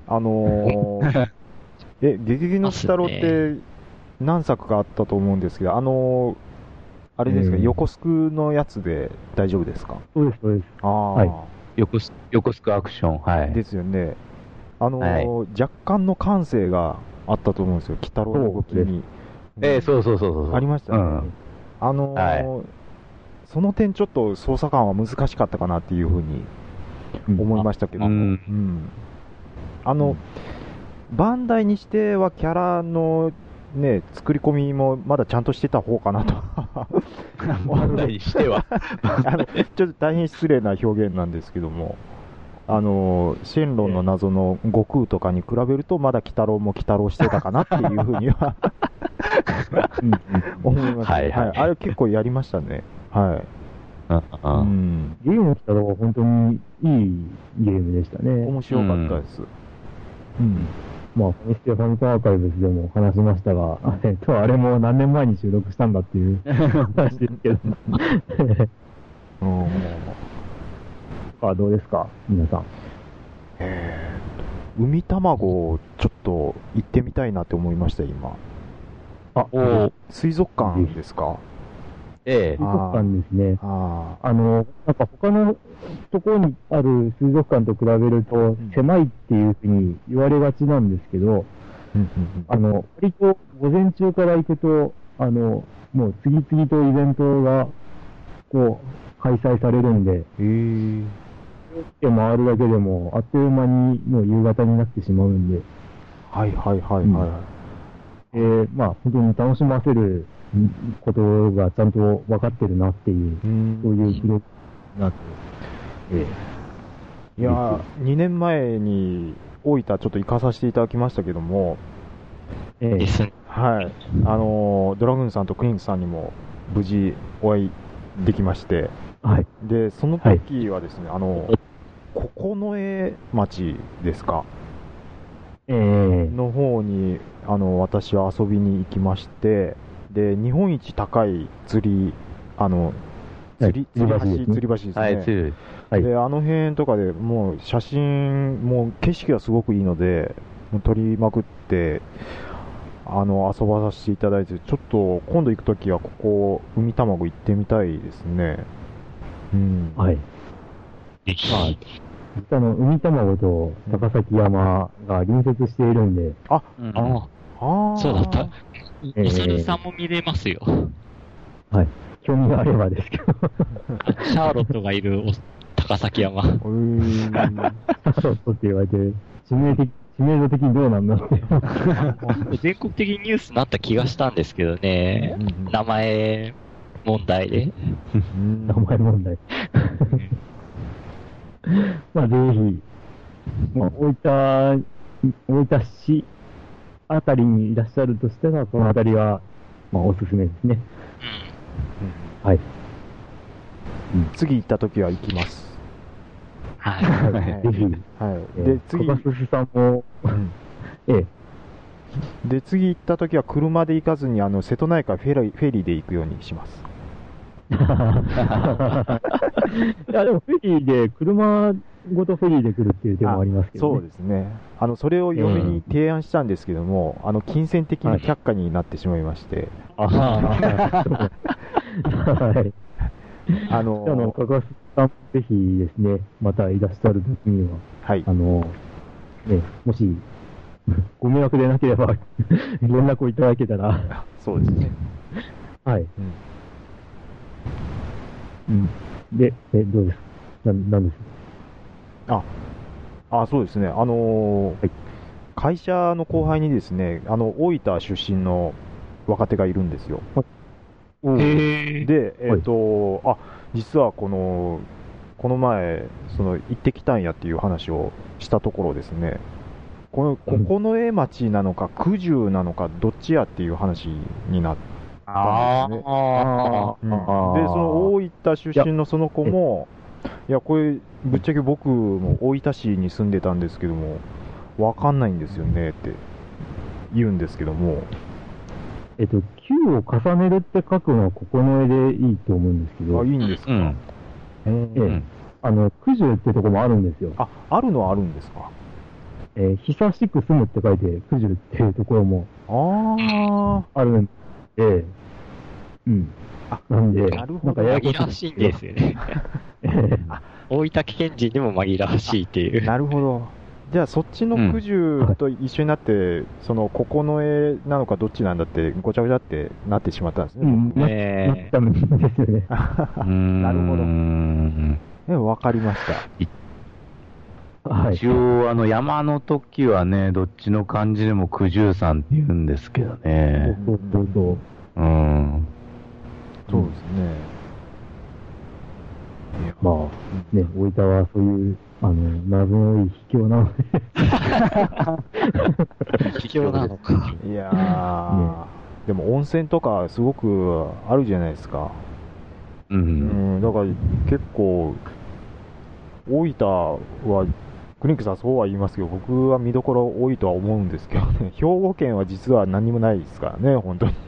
ゲゲゲの鬼太郎って何作かあったと思うんですけど、あれですか、横スクのやつで大丈夫ですか？ そうです、そうです。 はい。 横スクアクション、はい。 ですよね。若干の感性があったと思うんですよ、鬼太郎の動きに。 そうそうそうそう。 ありましたね。その点ちょっと操作感は難しかったかなっていうふうに思いましたけども。バンダイにしてはキャラのね、作り込みもまだちゃんとしてた方かなと。 バンダイにしてはちょっと大変失礼な表現なんですけども、シェンロンの謎の悟空とかに比べると、まだ鬼太郎も鬼太郎してたかなっていうふうには思います。はい。あれ結構やりましたね。はい。 ゲームの鬼太郎は本当にいいゲームでしたね。 面白かったです。 まあ、ファミステファミコンアーカイブスでも話しましたが、あれも何年前に収録したんだっていう話ですけど。どうですか、皆さん。 海卵、ちょっと行ってみたいなって思いました、今。水族館ですか？ 水族館ですね。なんか他のところにある水族館と比べると狭いっていうふうに言われがちなんですけど、割と午前中から行くと、もう次々とイベントが、こう、開催されるんで、で回るだけでも、あっという間にもう夕方になってしまうんで。まあ、本当に楽しませることがちゃんと分かってるなっていう、そういう記録になって、 いや、2年前に大分ちょっと行かさせていただきましたけども、はい、ドラグーンさんとクリンクさんにも無事お会いできまして、で、その時はですね、九重町ですか、の方に、私は遊びに行きまして、で、日本一高い釣り橋ですね。で、あの辺とかでもう写真、もう景色がすごくいいので、もう撮りまくって、遊ばさせていただいて、ちょっと今度行くときはここ、海卵行ってみたいですね。 実は海卵と高崎山が隣接しているんで、 うんあああ。 そうだった。お猿さんも見れますよ。 はい。興味があればですけど。 シャーロットがいる高崎山。 シャーロットって言われて、知名度的にどうなんだって。 全国的にニュースになった気がしたんですけどね。名前問題で。 名前問題。まあ、ぜひ、まあ、大分市あたりにいらっしゃるとしたら、このあたりは、まあ、おすすめですね。はい。 次行った時は行きます。 はい。 ぜひ、 はい。で、次、 カカスさんも、ええ。 で、次行った時は車で行かずに、瀬戸内海フェリーで行くようにします。 いや、でもフェリーで、車ごとフェリーで来るっていう手もありますけどね。 そうですね。それを嫁に提案したんですけども、金銭的に却下になってしまいまして。 はい。カカスさん、ぜひですね、またいらっしゃる時には、 はい。 もし、ご迷惑でなければ、連絡をいただけたら。 そうですね。 はい。で、どうですかなんですそうですね。会社の後輩にですね、大分出身の若手がいるんですよ。で、実はこの前、行ってきたんやっていう話をしたところですね、この江町なのか、九十なのか、どっちやっていう話になったんですね。で、その大分出身のその子も、いや、これ、ぶっちゃけ僕も大分市に住んでたんですけども、わかんないんですよねって言うんですけども。 9を重ねるって書くのはここの絵でいいと思うんですけど。 いいんですか。 九十ってとこもあるんですよ。 あるのはあるんですか。 久しく住むって書いて、九十っていうところもあるんで、なんで、 なるほど。 紛らわしいんですよね。大分県人でも紛らわしいっていう。 なるほど。じゃあ、そっちの九十と一緒になって、ここの絵なのかどっちなんだって、ごちゃごちゃってなってしまったんですね。 なったんですよね。 なるほど。わかりました。 一応、山の時はね、どっちの漢字でも九十三って言うんですけどね。 そう。 そうですね。 まあ、ね、大分はそういう、謎の多い秘境なので。 秘境なのか。 いやー、でも温泉とかすごくあるじゃないですか。だから結構、大分は、クリンクさんそうは言いますけど、僕は見どころ多いとは思うんですけどね、兵庫県は実は何にもないですからね、本当に。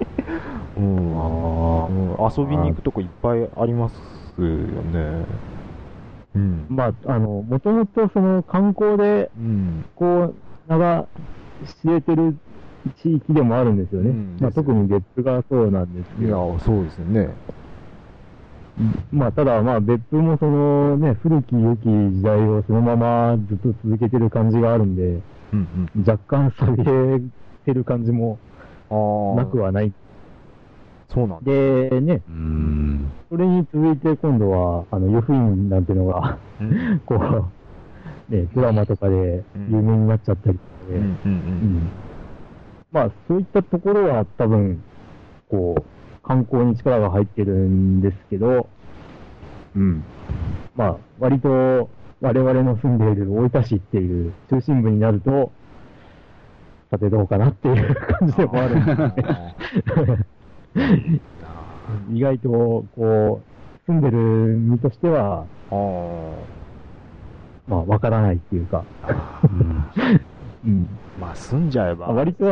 遊びに行くとこいっぱいありますよね。 まあ、もともとその観光で、こう、知れてる地域でもあるんですよね。特に別府がそうなんですけど。 いや、そうですよね。 ただ別府もそのね、古き良き時代をそのままずっと続けてる感じがあるんで、若干寂れてる感じもなくはない。 そうなんでね、それに続いて今度は、湯布院なんていうのが、こう、ね、ドラマとかで有名になっちゃったりとかで、そういったところは多分、こう、観光に力が入ってるんですけど、割と我々の住んでいる大分市っていう中心部になると、さてどうかなっていう感じでもあるんですね。意外と、こう、住んでる身としては、わからないっていうか。 住んじゃえば。 割と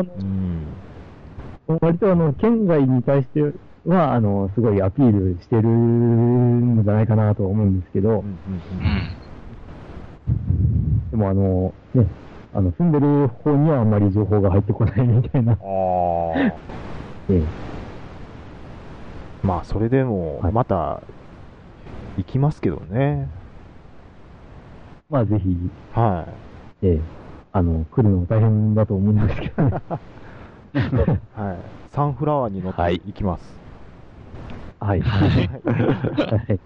県外に対しては、すごいアピールしてるんじゃないかなと思うんですけど、でもね、住んでる方にはあんまり情報が入ってこないみたいな。 それでも、また、行きますけどね。 まあぜひ、 は来るの大変だと思うんですけどね。 い。はい。サンフラワーに乗っていきます。 はい。はい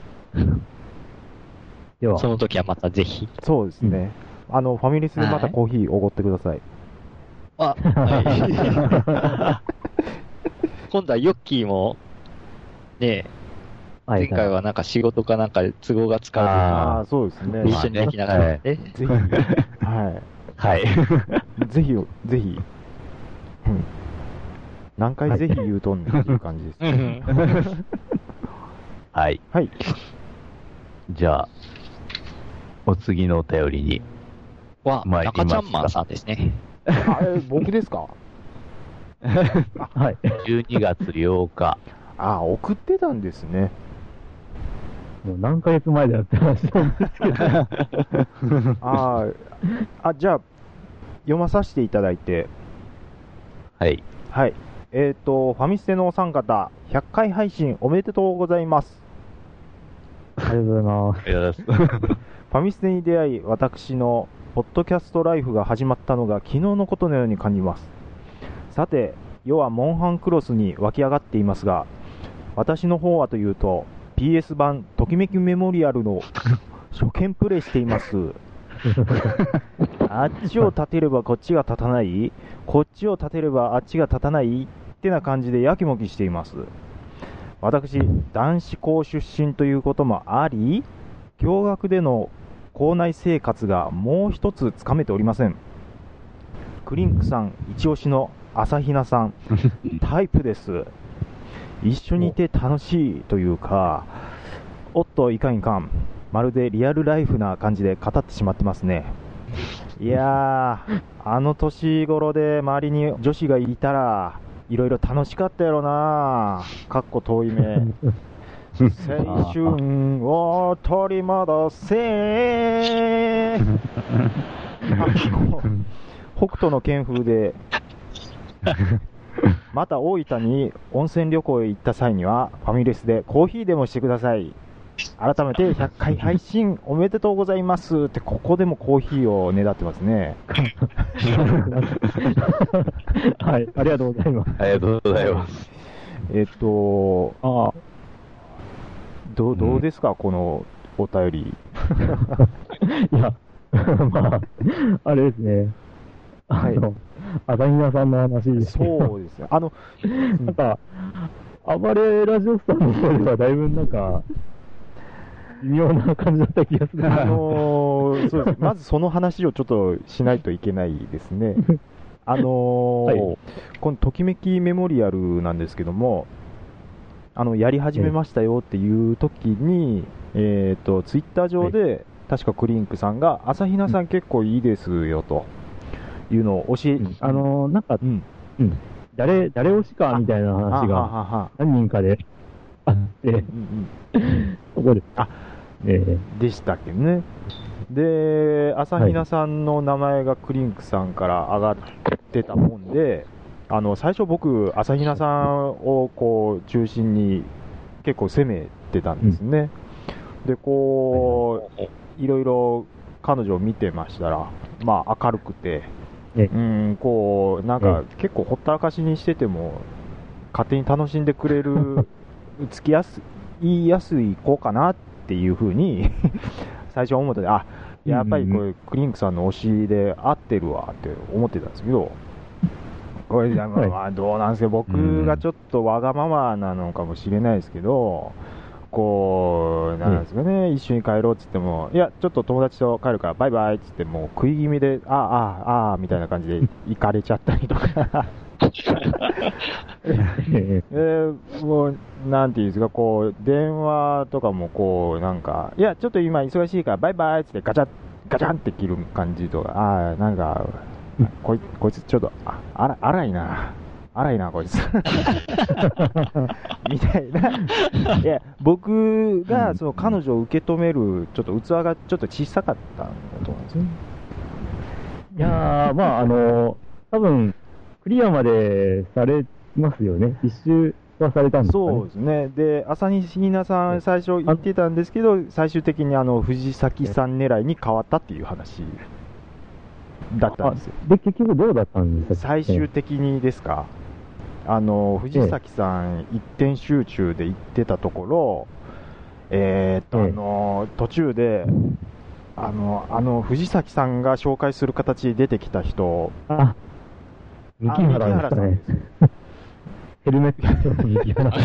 では、 その時はまたぜひ。 そうですね。ファミレスでまたコーヒーおごってください。 あ、はい。今度はヨッキーも、ね前回はなんか仕事かなんかで都合がつかああ、そうですね。 ず、一緒にできなかったね。 ぜひ、ははい。 い。ぜひ、ぜひ。うん何回ぜひ言うとんねんっていう感じですね。 はい。 はい。 じゃあ、お次のお便りに。 は、 まあ中ちゃんマンさんですね。 あれ、僕ですかはい。 12月8日。 あ、送ってたんですね。 もう何ヶ月前だよって話なんですけど。 じゃあ、読まさせていただいて、 はい。 はい。ファミステのお三方、100回配信おめでとうございます。 ありがとうございます。 ありがとうございます。 ファミステに出会い、私のポッドキャストライフが始まったのが昨日のことのように感じます。さて、世はモンハンクロスに湧き上がっていますが、私の方はというと、PS 版ときめきメモリアルの初見プレイしています。あっちを立てればこっちが立たない、こっちを立てればあっちが立たないってな感じでやきもきしています。私、男子校出身ということもあり、共学での校内生活がもう一つつかめておりません。クリンクさん一押しの朝比奈さん、タイプです。一緒にいて楽しいというか、おっといかんいかん、まるでリアルライフな感じで語ってしまってますね。いやー、あの年頃で周りに女子がいたらいろいろ楽しかったやろな。かっこ遠い目。青春を取り戻せ北斗の拳風でまた大分に温泉旅行へ行った際にはファミレスでコーヒーでもしてください。改めて100回配信おめでとうございますって、ここでもコーヒーをねだってますね。 はい、ありがとうございます。 ありがとうございます。 どうですか、このお便り。 いや、まあ、あれですね。朝比奈さんの話ですね。 そうですね。 なんか、暴れラジオスターの方ではだいぶなんか、微妙な感じだった気がする。 そうです。まずその話をちょっとしないといけないですね。はい、このときめきメモリアルなんですけども、やり始めましたよっていう時に、ツイッター上で、確かクリンクさんが、朝比奈さん結構いいですよというのを教え、 なんか、誰推しかみたいな話が何人かであって、そこで、 でしたっけね。で、朝比奈さんの名前がクリンクさんから上がってたもんで、最初僕、朝比奈さんをこう中心に結構攻めてたんですね。で、こう、いろいろ彼女を見てましたら、まあ明るくて、こう、なんか結構ほったらかしにしてても、勝手に楽しんでくれる、付きやすい子かなっていうふうに最初思ったで、やっぱりこれクリンクさんの推しで合ってるわって思ってたんですけど、これ、まあどうなんですか、僕がちょっとわがままなのかもしれないですけど、こう、なんですかね、一緒に帰ろうって言っても、いや、ちょっと友達と帰るからバイバイって言って、もう食い気味で、みたいな感じで行かれちゃったりとか。もう、なんていうんですか、こう、電話とかもこう、なんか、いや、ちょっと今忙しいからバイバイって言ってガチャンって切る感じとか、なんか、こいつちょっと、荒いな、こいつ。みたいな。いや、僕が、その彼女を受け止める、ちょっと器がちょっと小さかったんだと思うんですよね。 いやー、まあ、多分、クリアまでされますよね。一周はされたんですかね。 そうですね。で、朝日ひなさん最初言ってたんですけど、最終的に藤崎さん狙いに変わったっていう話だったんですよ。 で、結局どうだったんですか？ 最終的にですか、藤崎さん一点集中で言ってたところ、途中で、藤崎さんが紹介する形で出てきた人、 三木原さんですね。ヘルメットの三木原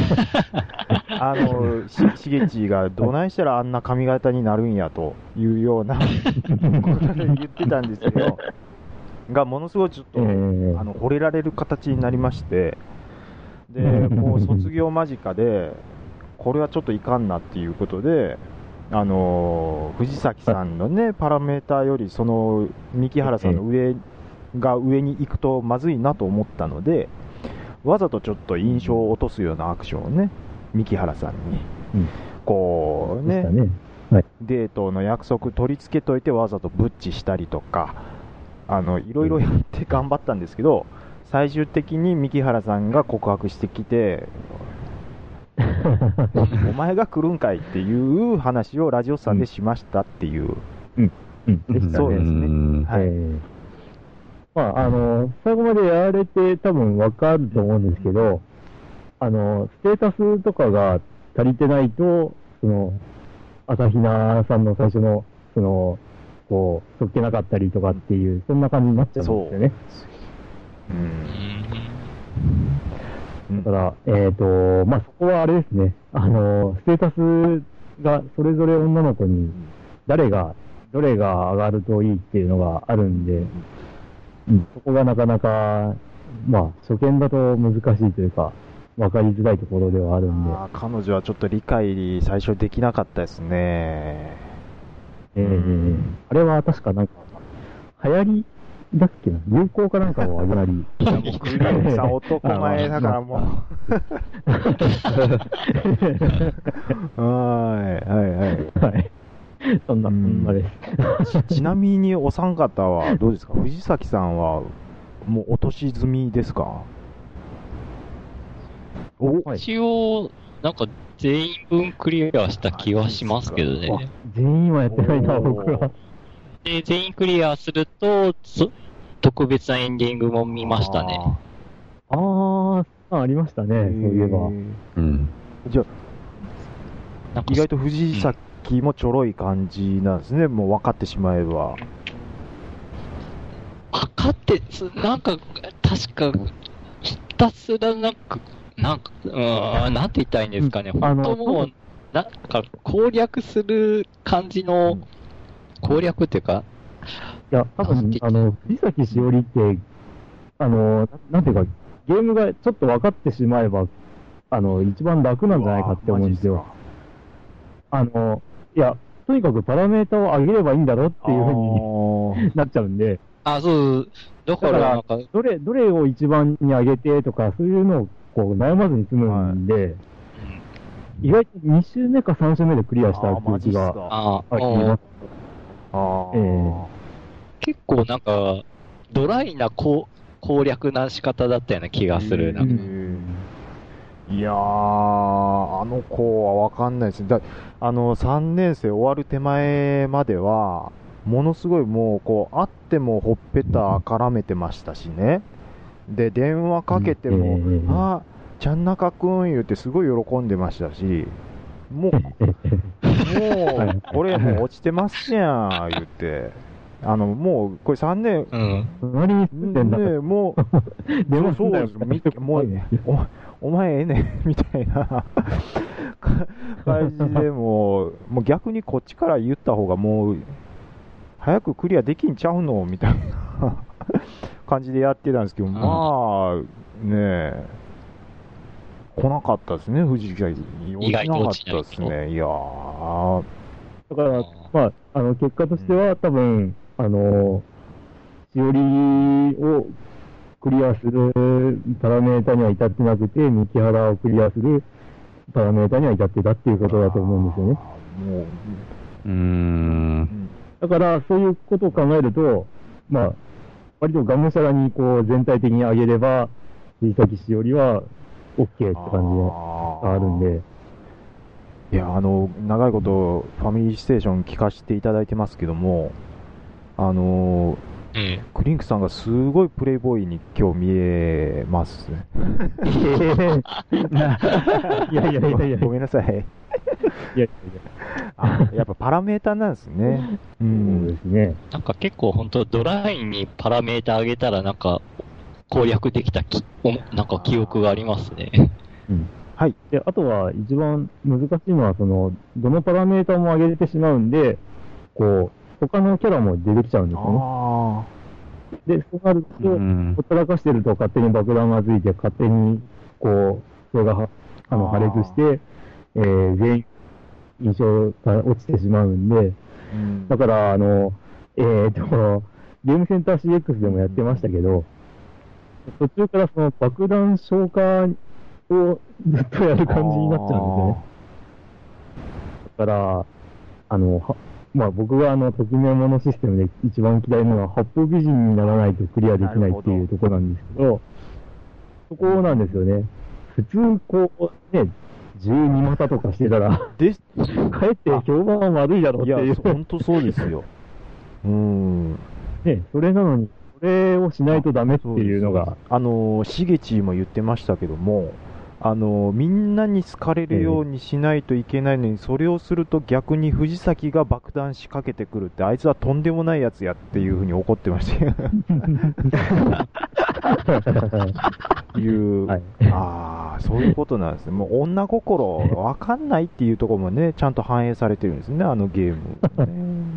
さん。しげちがどないしたらあんな髪型になるんやというようなことで言ってたんですけど、がものすごいちょっと、惚れられる形になりまして、で、もう卒業間近で、これはちょっといかんなっていうことで、藤崎さんのね、パラメーターより、その三木原さんの上に行くとまずいなと思ったので、わざとちょっと印象を落とすようなアクションをね、三木原さんに、こうね、デートの約束取り付けといて、わざとブッチしたりとか、いろいろやって頑張ったんですけど、最終的に三木原さんが告白してきて、お前が来るんかいっていう話をラジオさんでしましたっていう。そうですね。はい。 まあ、最後までやられて多分わかると思うんですけど、ステータスとかが足りてないと、朝比奈さんの最初の、こう、そっけなかったりとかっていう、そんな感じになっちゃうんですよね。だから、まあ、そこはあれですね、ステータスがそれぞれ女の子に、どれが上がるといいっていうのがあるんで、そこがなかなか、まあ、初見だと難しいというか、わかりづらいところではあるんで。 彼女はちょっと理解最初できなかったですね。 あれは確かなんか、流行りだっけな、流行かなんかをあげなり。 もうクリームさん男前だからもう。 はい。そんなです。 ちなみにお三方はどうですか？藤崎さんはもうお年済みですか？ 一応、なんか全員分クリアした気はしますけどね。 全員はやってないな、僕は。 で、全員クリアすると、特別なエンディングも見ましたね。 ありましたね、そういえば。 じゃあ、意外と藤崎もちょろい感じなんですね、もう分かってしまえば。 分かって、なんか、確か、ひたすらなんて言ったらいいんですかね、本当もう、なんか攻略する感じの、攻略っていうか、 いや、多分、藤崎しおりって、なんていうか、ゲームがちょっと分かってしまえば、一番楽なんじゃないかって思うんですよ。いや、とにかくパラメータを上げればいいんだろっていうふうになっちゃうんで。 そう。だから、 どれを一番に上げてとか、そういうのをこう悩まずに済むんで、意外と2周目か3周目でクリアした記憶があります。 結構なんか、ドライな攻略な仕方だったような気がする。 いやー、あの子はわかんないですね。3年生終わる手前までは、ものすごいもう、こう、会ってもほっぺた絡めてましたしね。で、電話かけても、ちゃんなかくん言うてすごい喜んでましたし、もう、これもう落ちてますやん、言って。もう、これ3年、 何に住んでんだもう、そうです。もう、お前ええねん、みたいな感じでもう逆にこっちから言った方がもう、早くクリアできんちゃうのみたいな感じでやってたんですけど、まあ、ね来なかったですね、藤崎。 意外と落ちなかったですね。いやー。 だから、まあ、結果としては、多分、しおりをクリアするパラメータには至ってなくて、三木原をクリアするパラメータには至ってたっていうことだと思うんですよね。だから、そういうことを考えると、まあ、割とがむしゃらにこう全体的に上げれば、藤崎しおりは OK って感じがあるんで。 いや、長いことファミリーステーション聞かせていただいてますけども、クリンクさんがすごいプレイボーイに今日見えますね。 いやいやいやいや。 ごめんなさい。 いやいやいやっぱパラメータなんですね。 そうですね。 なんか結構本当ドラインにパラメータ上げたらなんか攻略できたなんか記憶がありますね。 はい。で、あとは一番難しいのは、どのパラメータも上げれてしまうんで、他のキャラも出てきちゃうんですよね。で、そうなると、ほったらかしてると勝手に爆弾がついて、勝手に、それが破裂して、全員、印象が落ちてしまうんで、だから、ゲームセンター CX でもやってましたけど、途中からその爆弾消火をずっとやる感じになっちゃうんですよね。だから、まあ僕がときめものシステムで一番嫌いなのは、八方美人にならないとクリアできないっていうところなんですけど、そこなんですよね。普通ね、12股とかしてたら、かえって評判悪いだろうっていう。 いや、本当そうですよ。 ね、それなのに、それをしないとダメっていうのが。 しげちも言ってましたけども、みんなに好かれるようにしないといけないのに、それをすると逆に藤崎が爆弾仕掛けてくるって、あいつはとんでもないやつやっていうふうに怒ってましたよ。はい、そういうことなんですね。もう女心わかんないっていうところもね、ちゃんと反映されてるんですね、あのゲーム、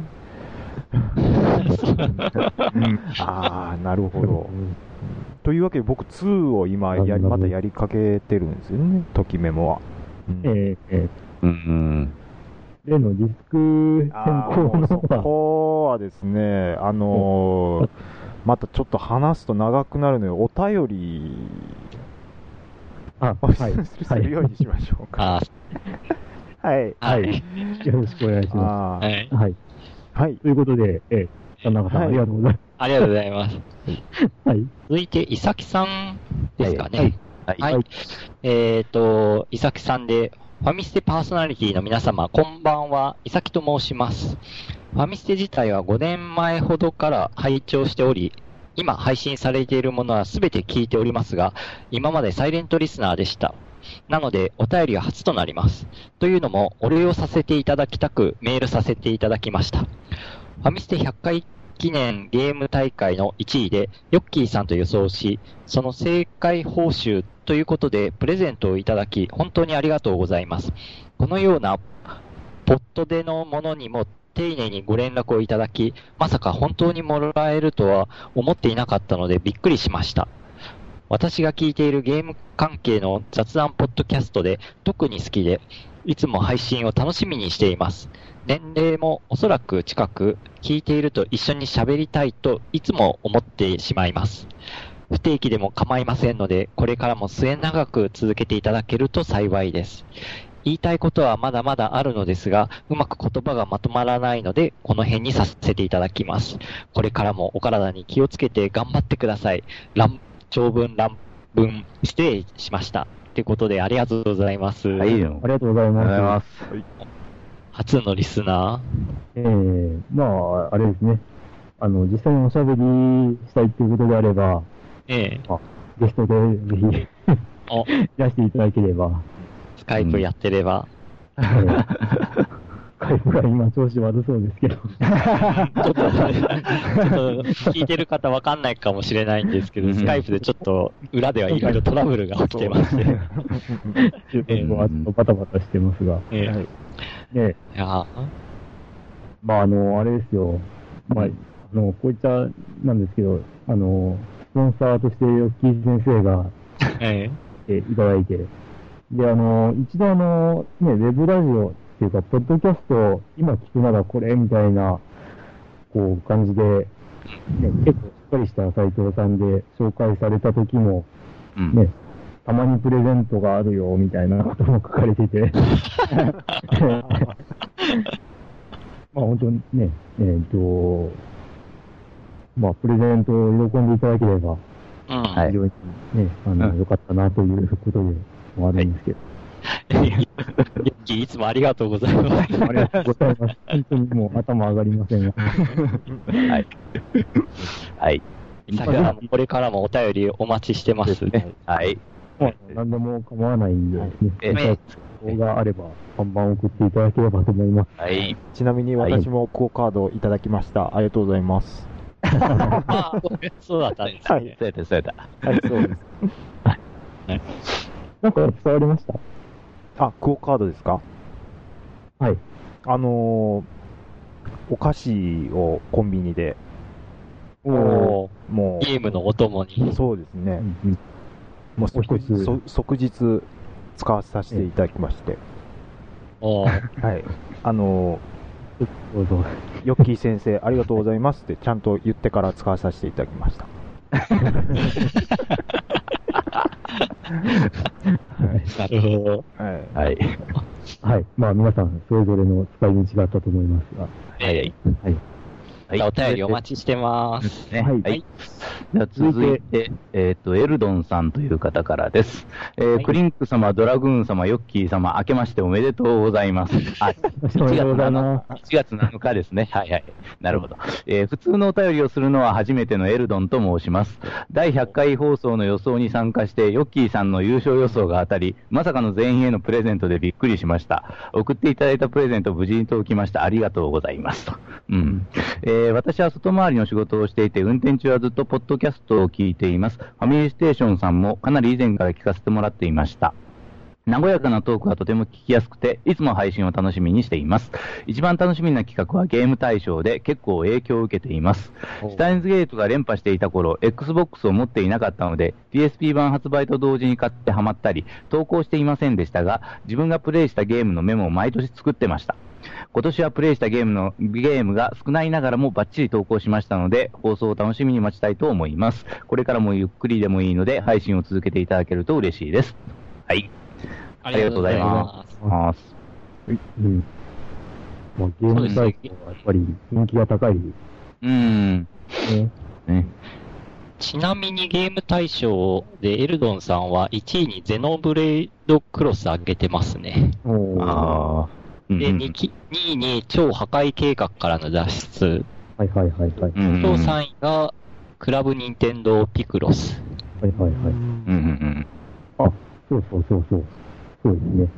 ね。なるほど。というわけで僕2を今またやりかけてるんですよね、ときメモは。 例のディスク変更のそこはですね、またちょっと話すと長くなるので、お便りするようにしましょうか。はい。 よろしくお願いします。はい。ということで、田中さん、ありがとうございます。 ありがとうございます。続いて、伊崎さんですかね。伊崎さんで、ファミステパーソナリティの皆様、こんばんは、伊崎と申します。ファミステ自体は5年前ほどから拝聴しており、今配信されているものは全て聞いておりますが、今までサイレントリスナーでした。なので、お便りは初となります。というのも、お礼をさせていただきたく、メールさせていただきました。ファミステ100回記念ゲーム大会の1位で、ヨッキーさんと予想し、その正解報酬ということで、プレゼントをいただき、本当にありがとうございます。このような、ポットでのものにも、丁寧にご連絡をいただき、まさか本当にもらえるとは思っていなかったのでびっくりしました。私が聞いているゲーム関係の雑談ポッドキャストで特に好きで、いつも配信を楽しみにしています。年齢もおそらく近く、聞いていると一緒に喋りたいといつも思ってしまいます。不定期でも構いませんので、これからも末永く続けていただけると幸いです。言いたいことはまだまだあるのですが、うまく言葉がまとまらないので、この辺にさせていただきます。これからもお体に気をつけて頑張ってください。長文乱文失礼しました。ということでありがとうございます。 ありがとうございます。 初のリスナーまあ、あれですね。実際におしゃべりしたいということであれば、ゲストでぜひいらしていただければ。 スカイプやってれば。 スカイプが今調子悪そうですけど。ちょっと聞いてる方わかんないかもしれないんですけど、スカイプでちょっと裏ではいろいろトラブルが起きてまして。 バタバタしてますが。まあ、あれですよ。まあ、こういったなんですけど、スポンサーとしてヨッキー先生が、いただいて、で、一度ウェブラジオっていうか、ポッドキャストを今聞くならこれみたいな、感じで、結構しっかりしたサイトさんで紹介された時も、たまにプレゼントがあるよ、みたいなことも書かれてて、まあ本当にね、まあプレゼントを喜んでいただければ、非常にね、良かったなということで、 のもあるんですけど。 ユッキーいつもありがとうございます。 ありがとうございます。本当にもう頭上がりませんが。 はい。はい。 これからもお便りお待ちしてますね。 はい。 もう何でも構わないんで、 え動画があれば、バンバン送っていただければと思います。 はい。 ちなみに私もクオカードをいただきました。ありがとうございます。 そうだったんですね。 そうやった、そうやった。 はい、そうです。 なんか伝わりました？ あ、クオカードですか？ はい。 お菓子をコンビニで、 ももう、 ゲームのお供に。 そうですね。 うんもう即日使わさせていただきまして。はい。 どうぞ。 ヨッキー先生、ありがとうございますってちゃんと言ってから使わさせていただきました。 なるほど。 はい。 はい。まあ皆さん、それぞれの使い道があったと思いますが。 はい。 はい。 はい、 お便りお待ちしてます。 ね、 はい。 はい。では続いて、エルドンさんという方からです。クリンク様、ドラグーン様、ヨッキー様、明けましておめでとうございます。あ、1月7日ですね。はいはい。なるほど。普通のお便りをするのは初めてのエルドンと申します。第100回放送の予想に参加して、ヨッキーさんの優勝予想が当たり、まさかの全員へのプレゼントでびっくりしました。送っていただいたプレゼント無事に届きました。ありがとうございます。と。うん。私は外回りの仕事をしていて、運転中はずっとポッドキャストを聞いています。ファミリーステーションさんもかなり以前から聞かせてもらっていました。和やかなトークがとても聞きやすくて、いつも配信を楽しみにしています。一番楽しみな企画はゲーム大賞で結構影響を受けています。シュタインズゲートが連覇していた頃、Xbox を持っていなかったので、PSP 版発売と同時に買ってハマったり、投稿していませんでしたが、自分がプレイしたゲームのメモを毎年作ってました。今年はプレイしたゲームが少ないながらもバッチリ投稿しましたので、放送を楽しみに待ちたいと思います。これからもゆっくりでもいいので、配信を続けていただけると嬉しいです。はい。ありがとうございます。 はい。うん。まあ、ゲーム大賞はやっぱり人気が高い。 ね。 ちなみにゲーム大賞でエルドンさんは1位にゼノブレイドクロス上げてますね。 ああ。 で、2位に超破壊計画からの脱出。 はいはいはいはい。と 3位がクラブニンテンドーピクロス。 はいはいはい。あ、そうそうそうそう。そうですね。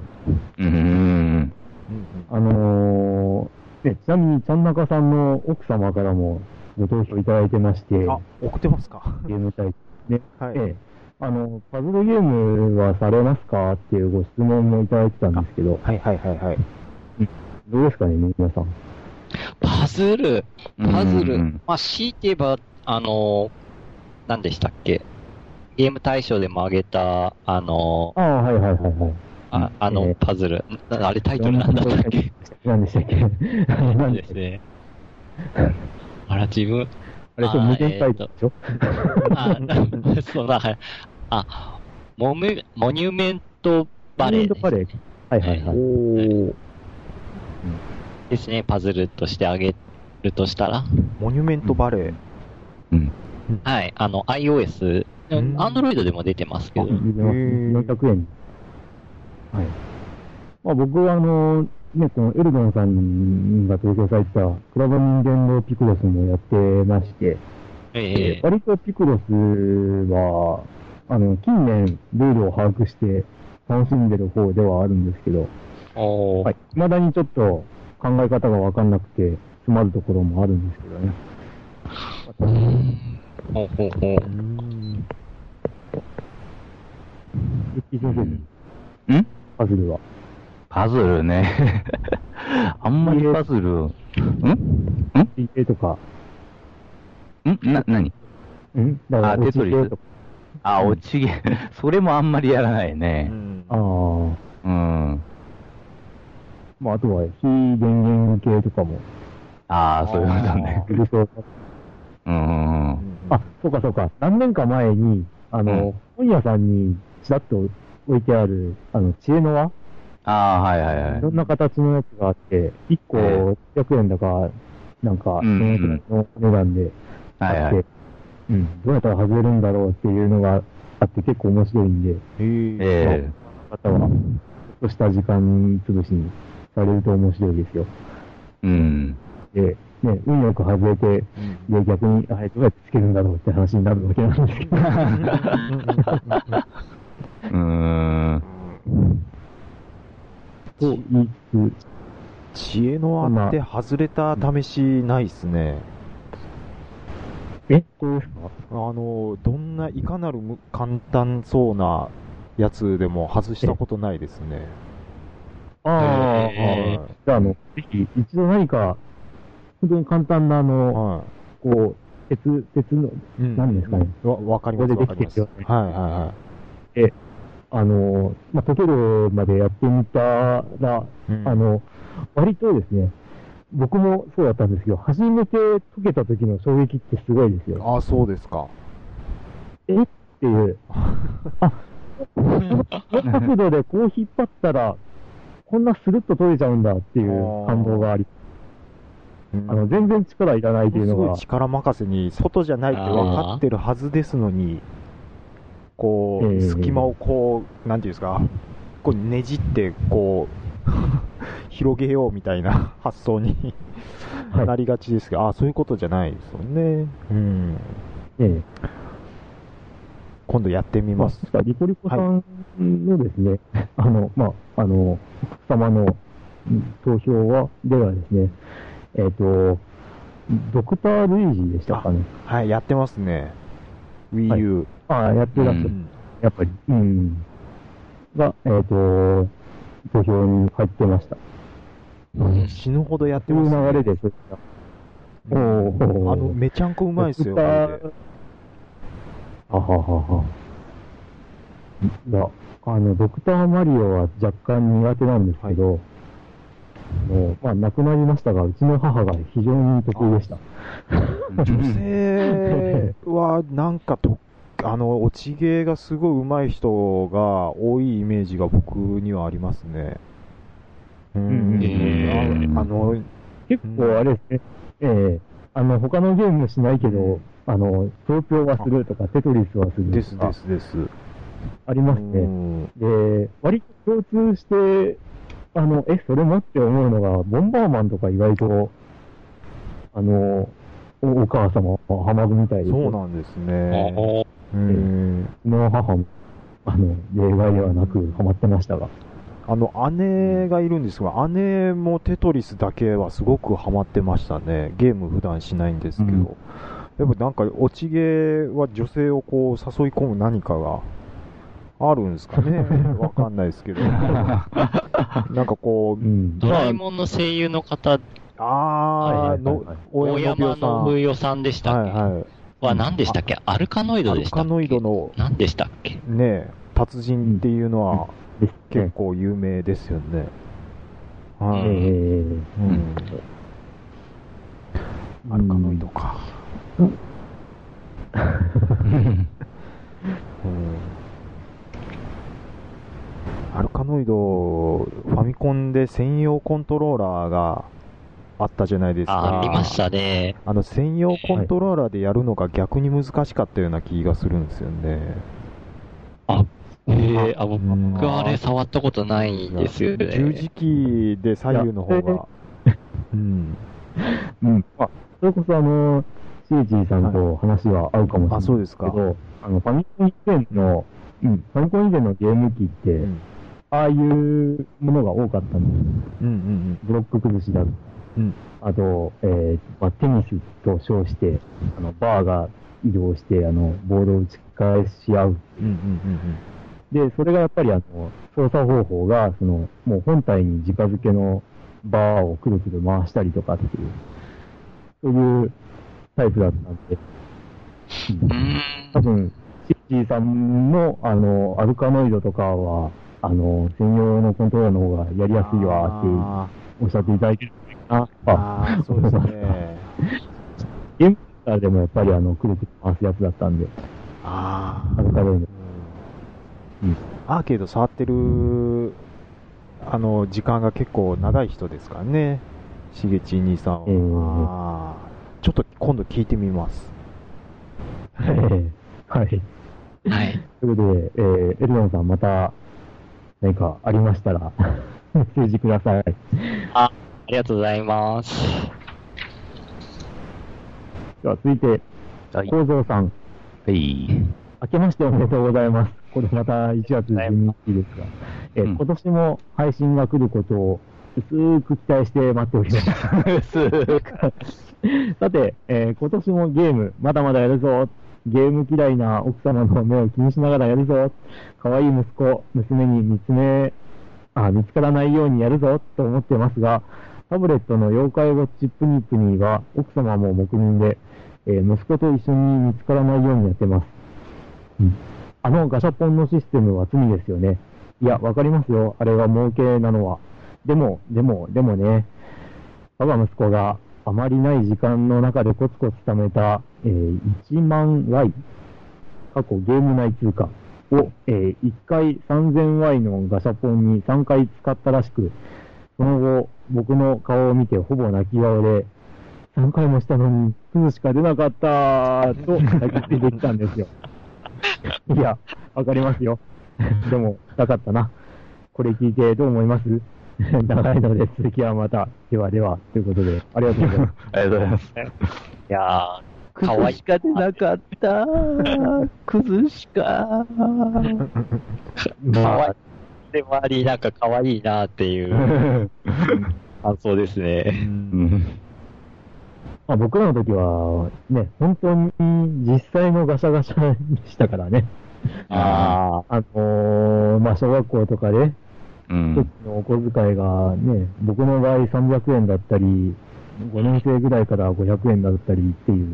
ね、ちなみに、ちゃんなかさんの奥様からもご投票いただいてまして。 あ、送ってますか？ ゲーム対ね。 はい。 パズルゲームはされますかっていうご質問もいただいてたんですけど。 はいはいはいはい。 どうですかね、皆さん。 パズル。まあ、強いて言えば、何でしたっけ？ゲーム大賞でも挙げた、 はいはいはいはい。 パズル。あれタイトルなんだったっけ？ 何でしたっけ？ 何ですね。あら、自分。 あれ、無限タイトルでしょ？ そうだ、はい。モニュメントバレー。 モニュメントバレー。はいはいはい。 ですね、パズルとして挙げるとしたら。 モニュメントバレー。 はい、iOS、Android でも出てますけど。 400円。はい。まあ僕はね、このエルドンさんが投票されてたクラブニンテンドーピクロスもやってまして、割とピクロスは、近年ルールを把握して楽しんでる方ではあるんですけど、はい。未だにちょっと考え方がわかんなくて、詰まるところもあるんですけどね。パズルは。 パズルね。あんまりパズル、 PK とか。 何テトリス。落ちゲー。それもあんまりやらないね。 まあ、あとは、非電源系とかも。 そういうことね。 そうかそうか。何年か前に、本屋さんにちらっと置いてある、知恵の輪はいはいはい。 いろんな形のやつがあって、1個600円だか、なんか、1000円くらいの値段であって、どうやったら外れるんだろうっていうのがあって結構面白いんで、 方は、ちょっとした時間潰しにされると面白いですよ。で、ね、運よく外れて、で、逆に、あれ、どうやってつけるんだろうって話になるわけなんですけど。と言いつつ、 知恵の輪って外れた試しないっすね。 これですか？ どんないかなる簡単そうなやつでも外したことないですね。 じゃあ、ぜひ、一度何か、本当に簡単な、こう、鉄の、何ですかね。 わかります、わかります。はいはいはい。 溶けるまでやってみたら、割とですね、僕もそうだったんですけど、初めて溶けた時の衝撃ってすごいですよ。 あ、そうですか。 っていう。この角度でこう引っ張ったら、こんなスルッと取れちゃうんだっていう感動があり、全然力いらないというのが。 すごい力任せに、外じゃないって分かってるはずですのに、こう、隙間をこう、なんていうんですか、こうねじって、こう、広げようみたいな発想になりがちですけど、そういうことじゃないですよね。今度やってみます。 リコリコさんのですね、奥様の投票ではですね、ドクター・ルイージでしたかね。 はい、やってますね。Wii U。 やってらっしゃる。やっぱり、が、投票に入ってました。 死ぬほどやってますね。 そういう流れで、そういった。 めちゃんこうまいですよ、これで。 ドクターマリオは若干苦手なんですけど、亡くなりましたが、うちの母が非常に得意でした。 女性は、なんか落ち芸がすごい上手い人が多いイメージが僕にはありますね。 結構あれですね、他のゲームしないけど、東京はするとか、テトリスはするとか。 です。 ありますね。で、割と共通して、それもって思うのが、ボンバーマンとか意外と、お母様はハマるみたいです。 そうなんですね。 うちの母も、例外ではなくハマってましたが。 姉がいるんですが、姉もテトリスだけはすごくハマってましたね。ゲーム普段しないんですけど。でもなんか、落ち芸は女性をこう誘い込む何かがあるんですかね。わかんないですけど。なんかこう、 ドラえもんの声優の方、 大山信代さんでしたっけ？は何でしたっけ？アルカノイドでしたっけ？ アルカノイドの、 何でしたっけ？ ね、達人っていうのは結構有名ですよね。アルカノイドか。アルカノイド、ファミコンで専用コントローラーがあったじゃないですか。 ありましたね。 専用コントローラーでやるのが逆に難しかったような気がするんですよね。 僕はあれ触ったことないんですよね。 十字キーで左右の方が。 それこそシージーさんと話は合うかもしれないですけど、 そうですか。 ファミコン以前のゲーム機って、ああいうものが多かったんです。ブロック崩しだと。あと、テニスと称して、バーが移動して、ボードを打ち返し合う。で、それがやっぱり操作方法が、もう本体に直付けのバーをくるくる回したりとかっていう、そういうタイプだったんで、多分、シッチーさんの、アルカノイドとかは、専用のコントローラーの方がやりやすいわっておっしゃっていただいてるかな。 そうですね。 ゲームセンターでもやっぱりくるくる回すやつだったんで、アルカノイド。 アーケード触ってる、時間が結構長い人ですからね。しげち兄さんは。ちょっと今度聞いてみます。 はい。ということで、エルドンさんまた、 何かありましたら、メッセージください。 ありがとうございます。 では続いて、 はい。 構造さん。 はい。 明けましておめでとうございます。これまた1月12日ですが、 うん今年も配信が来ることを薄く期待して待っております。さて、今年もゲーム、まだまだやるぞ。ゲーム嫌いな奥様の目を気にしながらやるぞ。可愛い息子、娘に見つからないようにやるぞと思ってますが、タブレットの妖怪ウォッチプニプニは奥様も黙認で、息子と一緒に見つからないようにやってます。あのガシャポンのシステムは罪ですよね。いや、わかりますよ。あれが儲けなのは。でもね、我が息子があまりない時間の中でコツコツ貯めた、1万 Y、過去ゲーム内通貨を、1回 3000Y のガシャポンに3回使ったらしく、その後、僕の顔を見てほぼ泣き顔で、3回もしたのに、クズしか出なかったと泣きついてきたんですよ。いや、わかりますよ。でも、なかったな。これ聞いてどう思います長いので続きはまた。ではでは、ということで、ありがとうございます。 ありがとうございます。 いやー、かわいい。 しか出なかった。クズしか。 かわいい。でもあり、なんかかわいいなっていう感想ですね。 まあ、僕らの時は、ね、本当に実際のガシャガシャでしたからね。 あまあ、小学校とかで、一つのお小遣いがね、僕の場合300円だったり、5年生ぐらいから500円だったりっていう、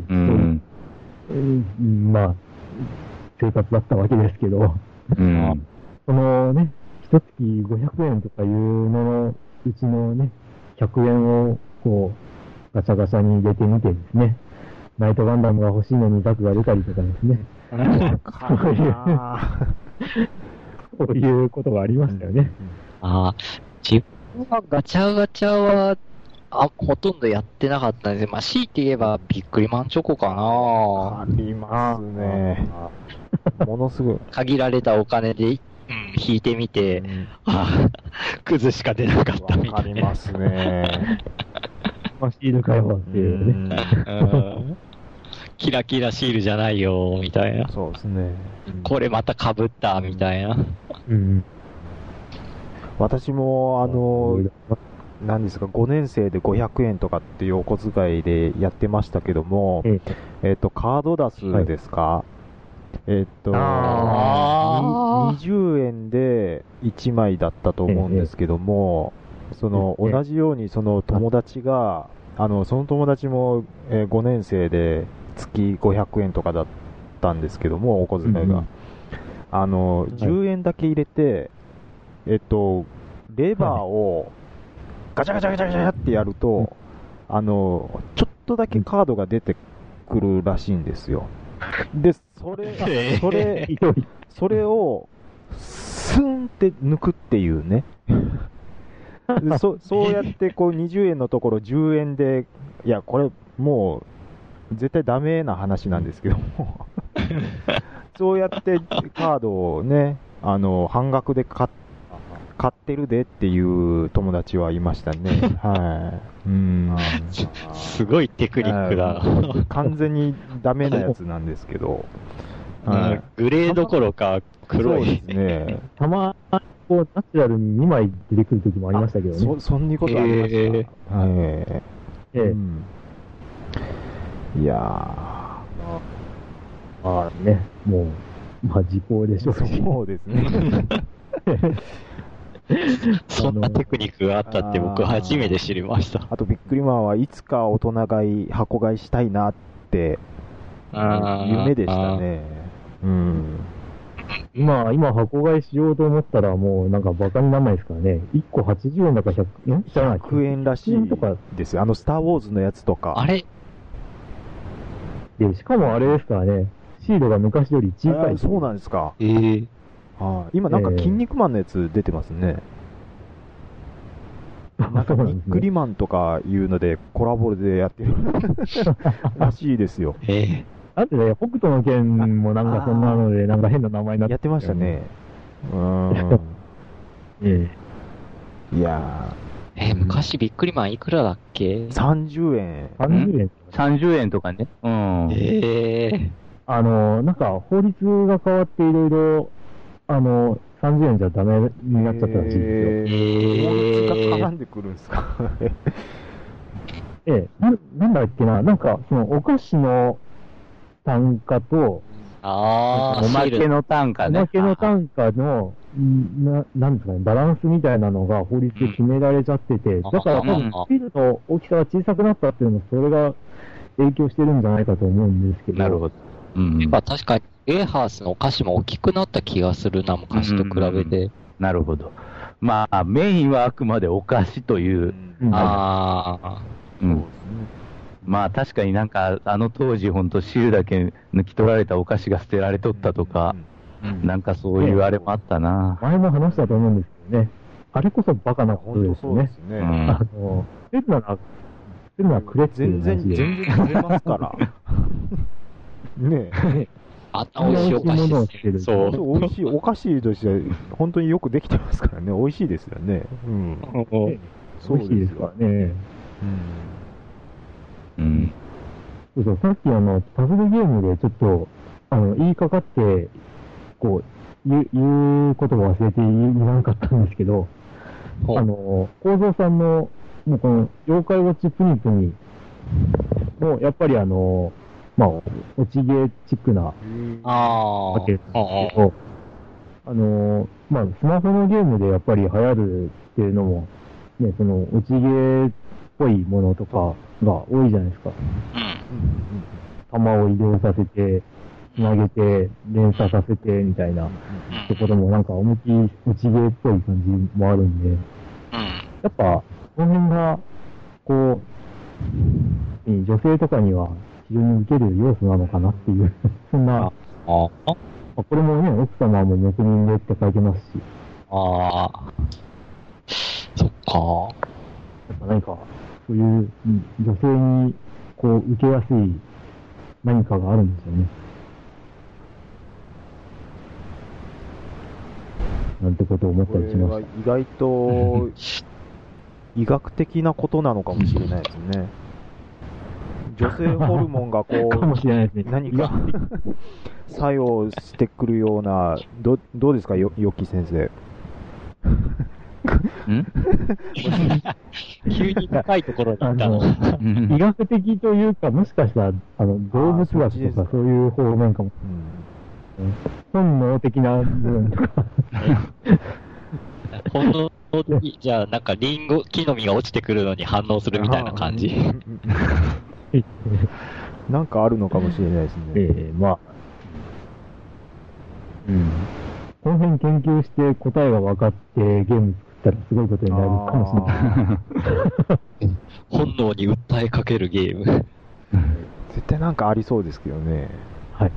まあ、生活だったわけですけど、そのね、一月500円とかいうののうちのね、100円をこう、ガチャガチャに入れてみてですね、ナイトガンダムが欲しいのにザクが出たりとかですね、そういうことがありましたよね。 自分はガチャガチャは、ほとんどやってなかったんです。まあ、強いて言えば、ビックリマンチョコかな。 ありますね。ものすごい。 限られたお金で、引いてみて、クズしか出なかったみたいな。 ありますね。 まあ、シールかよっていうね。 キラキラシールじゃないよ、みたいな。 そうですね。 これまた被った、みたいな。 私も、何ですか、5年生で500円とかっていうお小遣いでやってましたけども、カードダスですか、20円で1枚だったと思うんですけども、同じようにその友達が、その友達も5年生で月500円とかだったんですけども、お小遣いが。10円だけ入れて、レバーをガチャガチャガチャガチャってやると、ちょっとだけカードが出てくるらしいんですよ。で、それを、スーンって抜くっていうね。そうやってこう20円のところ10円で、いや、これもう絶対ダメな話なんですけども、そうやってカードをね、半額で買ってるでっていう友達はいましたね。はい。 すごいテクニックだ。 完全にダメなやつなんですけど。 グレーどころか黒い。 そうですね。 たまにこうナチュラルに2枚出てくる時もありましたけどね。 そんなことありました。いやー。ね、もう、まあ時効でしょうし。 そうですね。 そんなテクニックがあったって僕初めて知りました。 あとビックリマンはいつか大人買い、箱買いしたいなって夢でしたね。 今箱買いしようと思ったらもうなんかバカにならないですからね。1個80円だか100円じゃない 100円らしいですよ。スターウォーズのやつとか。 あれで、しかもあれですからね、シールが昔より小さい。 そうなんですか。今なんか筋肉マンのやつ出てますね。なんかビックリマンとかいうのでコラボでやってるらしいですよ。 だってね、北斗の拳もなんかそんなので、なんか変な名前になってやってましたね。 えいや昔ビックリマンいくらだっけー、30円。 30円。 30円とかね。うん。 なんか、法律が変わっていろいろ、30円じゃダメになっちゃったらしいんですよ。 法律が絡んでくるんですか？ なんだっけな、なんか、その、お菓子の単価と、 ああ、 おまけの単価ね。 おまけの単価の、なんですかね、バランスみたいなのが法律で決められちゃってて、だから多分、スピルの大きさが小さくなったっていうのも、それが影響してるんじゃないかと思うんですけど。 なるほど。 確かに、エーハースのお菓子も大きくなった気がするな、昔と比べて。 なるほど。まあ、メインはあくまでお菓子という。 ああ。 まあ、確かになんか、あの当時、本当汁だけ抜き取られたお菓子が捨てられとったとか、なんかそういうあれもあったな。 前も話したと思うんですけどね。あれこそバカなことですよね。 そうですね。 捨てるならくれっていう全然食べますから。ねえ。 あんな美味しいお菓子ですね。 そう。美味しいお菓子として、本当によくできてますからね。美味しいですよね。 美味しいですからね。そうそう、さっきパズルゲームでちょっと、言いかかって、こう、言うことを忘れて言わなかったんですけど、構造さんの、もうこの、妖怪ウォッチプニプニも、やっぱりまあ、落ちゲーチックな、わけですけど、まあ、スマホのゲームでやっぱり流行るっていうのも、ね、その、落ちゲーっぽいものとかが多いじゃないですか。弾を移動させて、つなげて、連鎖させて、みたいなところもなんか思いっきり落ちゲーっぽい感じもあるんで、やっぱ、この辺が、こう、女性とかには非常に受ける要素なのかなっていう、そんな、これもね、奥様も黙認でって書いてますし。 ああ。そっか。 やっぱ何か、そういう女性に、こう、受けやすい何かがあるんですよね。なんてことを思ったりしました。 意外と、医学的なことなのかもしれないですね。女性ホルモンがこう、 かもしれないですね。 何か作用してくるような、どうですか、よき先生。 急に高いところに行ったの。 医学的というか、もしかしたら、動物学とかそういう方面かも。本能的な部分とか。 本能的、じゃあ、なんかリンゴ、木の実が落ちてくるのに反応するみたいな感じ。 なんかあるのかもしれないですね。 まあ。この辺研究して答えが分かってゲーム作ったらすごいことになるかもしれない。 本能に訴えかけるゲーム。 絶対なんかありそうですけどね。 はい。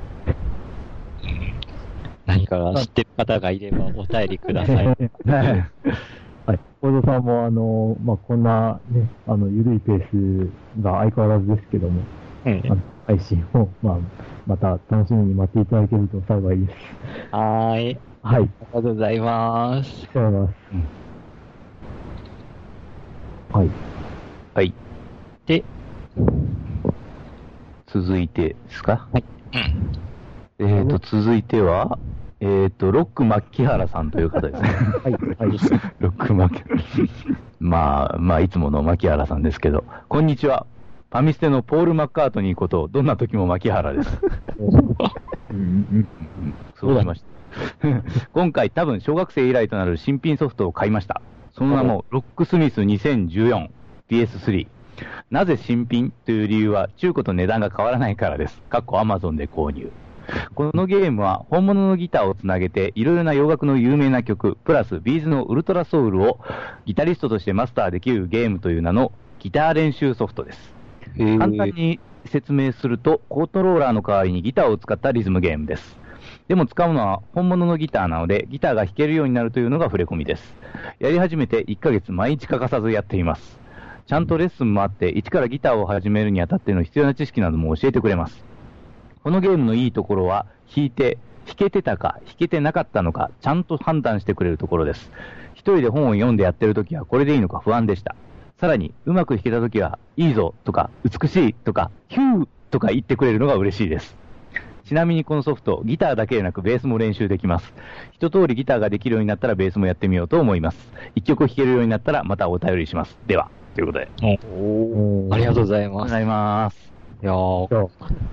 何か知ってる方がいればお便りください。 はい。小田さんもまあ、こんなね、緩いペースが相変わらずですけども、配信を、まあ、また楽しみに待っていただけると幸いです。 はい。 はい。 ありがとうございます。 ありがとうございます。はい。 はい。 で、 続いてですか？ はい。 続いては、ロック牧原さんという方ですね。 はい。はい。 ロック牧原。まあ、いつもの牧原さんですけど、こんにちは。ファミステのポール・マッカートニーこと、どんな時も牧原です。そうしました。今回多分小学生以来となる新品ソフトを買いました。その名も、ロックスミス2014 PS3。なぜ新品という理由は、中古と値段が変わらないからです。Amazon で購入。このゲームは本物のギターをつなげていろいろな洋楽の有名な曲、プラスビーズのウルトラソウルをギタリストとしてマスターできるゲームという名のギター練習ソフトです。簡単に説明すると、コントローラーの代わりにギターを使ったリズムゲームです。でも使うのは本物のギターなので、ギターが弾けるようになるというのが触れ込みです。やり始めて1ヶ月毎日欠かさずやっています。ちゃんとレッスンもあって、一からギターを始めるにあたっての必要な知識なども教えてくれます。このゲームのいいところは、弾いて、 弾けてたか、弾けてなかったのか、ちゃんと判断してくれるところです。一人で本を読んでやってるときはこれでいいのか不安でした。さらに、うまく弾けたときは、いいぞとか、美しいとか、ヒューとか言ってくれるのが嬉しいです。ちなみにこのソフト、ギターだけでなくベースも練習できます。一通りギターができるようになったらベースもやってみようと思います。一曲弾けるようになったらまたお便りします。では、ということで。 ありがとうございます。 ありがとうございます。 いやー、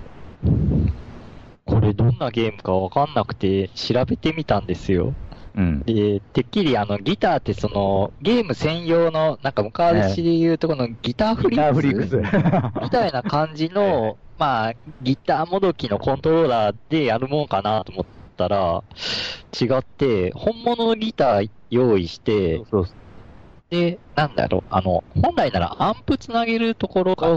これどんなゲームかわかんなくて調べてみたんですよ。で、てっきりギターってゲーム専用の、なんか昔で言うとこのギターフリックスみたいな感じの、まあ、ギターもどきのコントローラーでやるもんかなと思ったら、違って、本物のギター用意して、で、なんだろう、本来ならアンプつなげるところかな。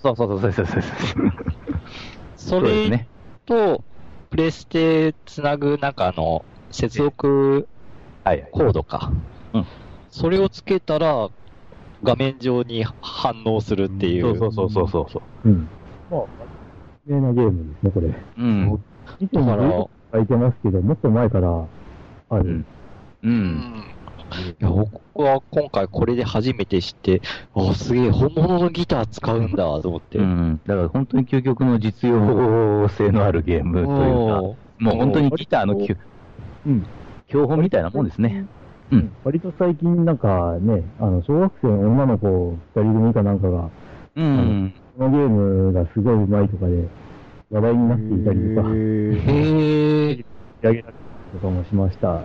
それと、プレステつなぐ、なんか接続コードか。それをつけたら、画面上に反応するっていう。 まあ、有名なゲームですね、これ。以前から書いてますけど、もっと前からある。 いや、僕は今回これで初めて知って、すげえ、本物のギター使うんだと思って。 だから本当に究極の実用性のあるゲームというか、もう本当にギターの教本みたいなもんですね。 割と最近なんかね、小学生の女の子二人組かなんかが、このゲームがすごい上手いとかで話題になっていたりとか、仕上げたりとかもしましたね。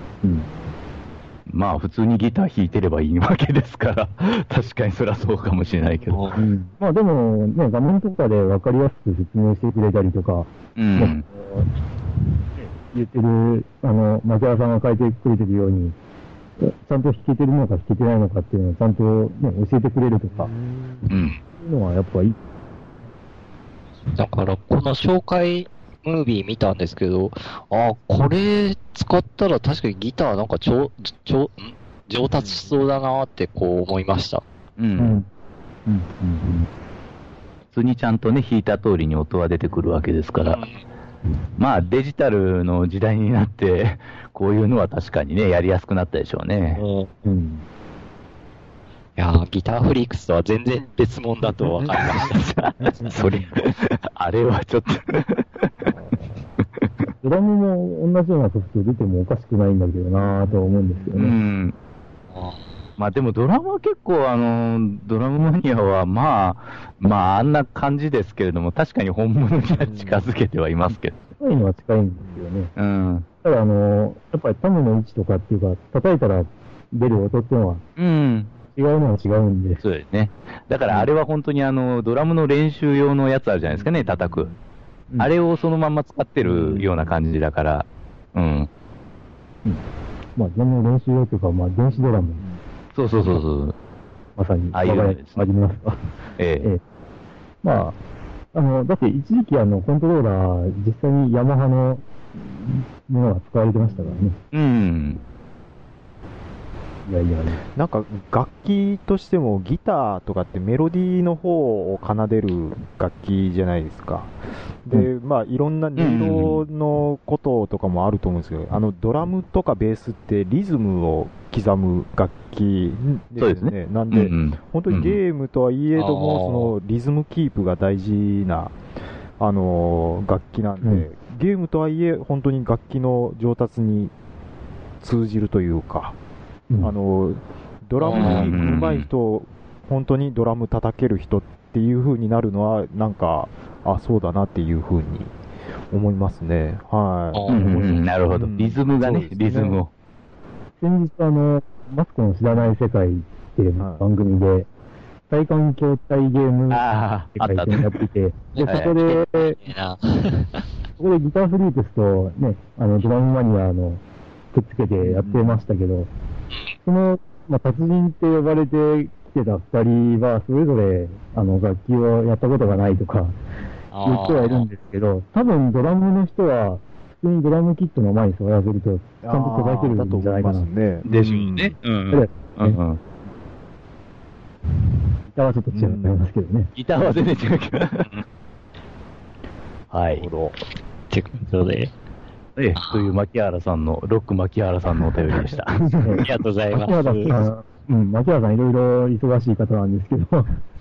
まあ普通にギター弾いてればいいわけですから、確かにそりゃそうかもしれないけど。 まあでもね、画面とかで分かりやすく説明してくれたりとか、言ってる、牧原さんが書いてくれてるように、ちゃんと弾けてるのか弾けてないのかっていうのをちゃんとね、教えてくれるとか、そういうのはやっぱいい。 だからこの紹介ムービー見たんですけど、これ使ったら確かにギターなんか上達しそうだなってこう思いました。 普通にちゃんとね、弾いた通りに音は出てくるわけですから。まあデジタルの時代になって、こういうのは確かにね、やりやすくなったでしょうね。 いやギターフリックスとは全然別物だと分かりました。 それ、あれはちょっとドラムも同じようなソフト出てもおかしくないんだけどなぁとは思うんですけどね。 まあでもドラムは結構ドラムマニアはまああんな感じですけれども、確かに本物には近づけてはいますけど。 近いのは近いんですよね。ただやっぱりタムの位置とかっていうか、叩いたら出る音っていうのは、違うのは違うんで。 そうですね。だからあれは本当にドラムの練習用のやつあるじゃないですかね、叩く。あれをそのまんま使ってるような感じだから、 まあ、ドラムの練習用というか、まあ、電子ドラム。 そう。 まさに、 ああいうのですね。 始めますか。まあ、だって一時期コントローラー、実際にヤマハのものが使われてましたからね。 なんか楽器としてもギターとかってメロディーの方を奏でる楽器じゃないですか。で、まあいろんな音色のこととかもあると思うんですけど、ドラムとかベースってリズムを刻む楽器ですよね。なんで、本当にゲームとはいえども、そのリズムキープが大事な、楽器なんで、ゲームとはいえ本当に楽器の上達に通じるというか、ドラムに上手い人、本当にドラム叩ける人っていう風になるのは、なんか、そうだなっていう風に思いますね。 なるほど。リズムがね、リズムを。 先日マツコの知らない世界っていう番組で、体感筐体ゲームって回線やっていて、で、そこでギターフリークスとね、ドラムマニアのくっつけてやってましたけど、その、達人って呼ばれてきてた二人は、それぞれ、楽器をやったことがないとか、言ってはいるんですけど、多分ドラムの人は、普通にドラムキットの前に座らせると、ちゃんと叩けるんじゃないかな。 でしょうね。 ギターはちょっと違いますけどね。 ギターは全然違うけど。 はい。ってことで、 という牧原さんの、ロック牧原さんのお便りでした。 ありがとうございます。 牧原さんいろいろ忙しい方なんですけど、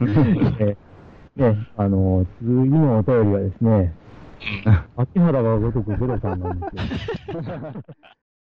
次のお便りはですね、牧原がごとくゼロさんなんですよ。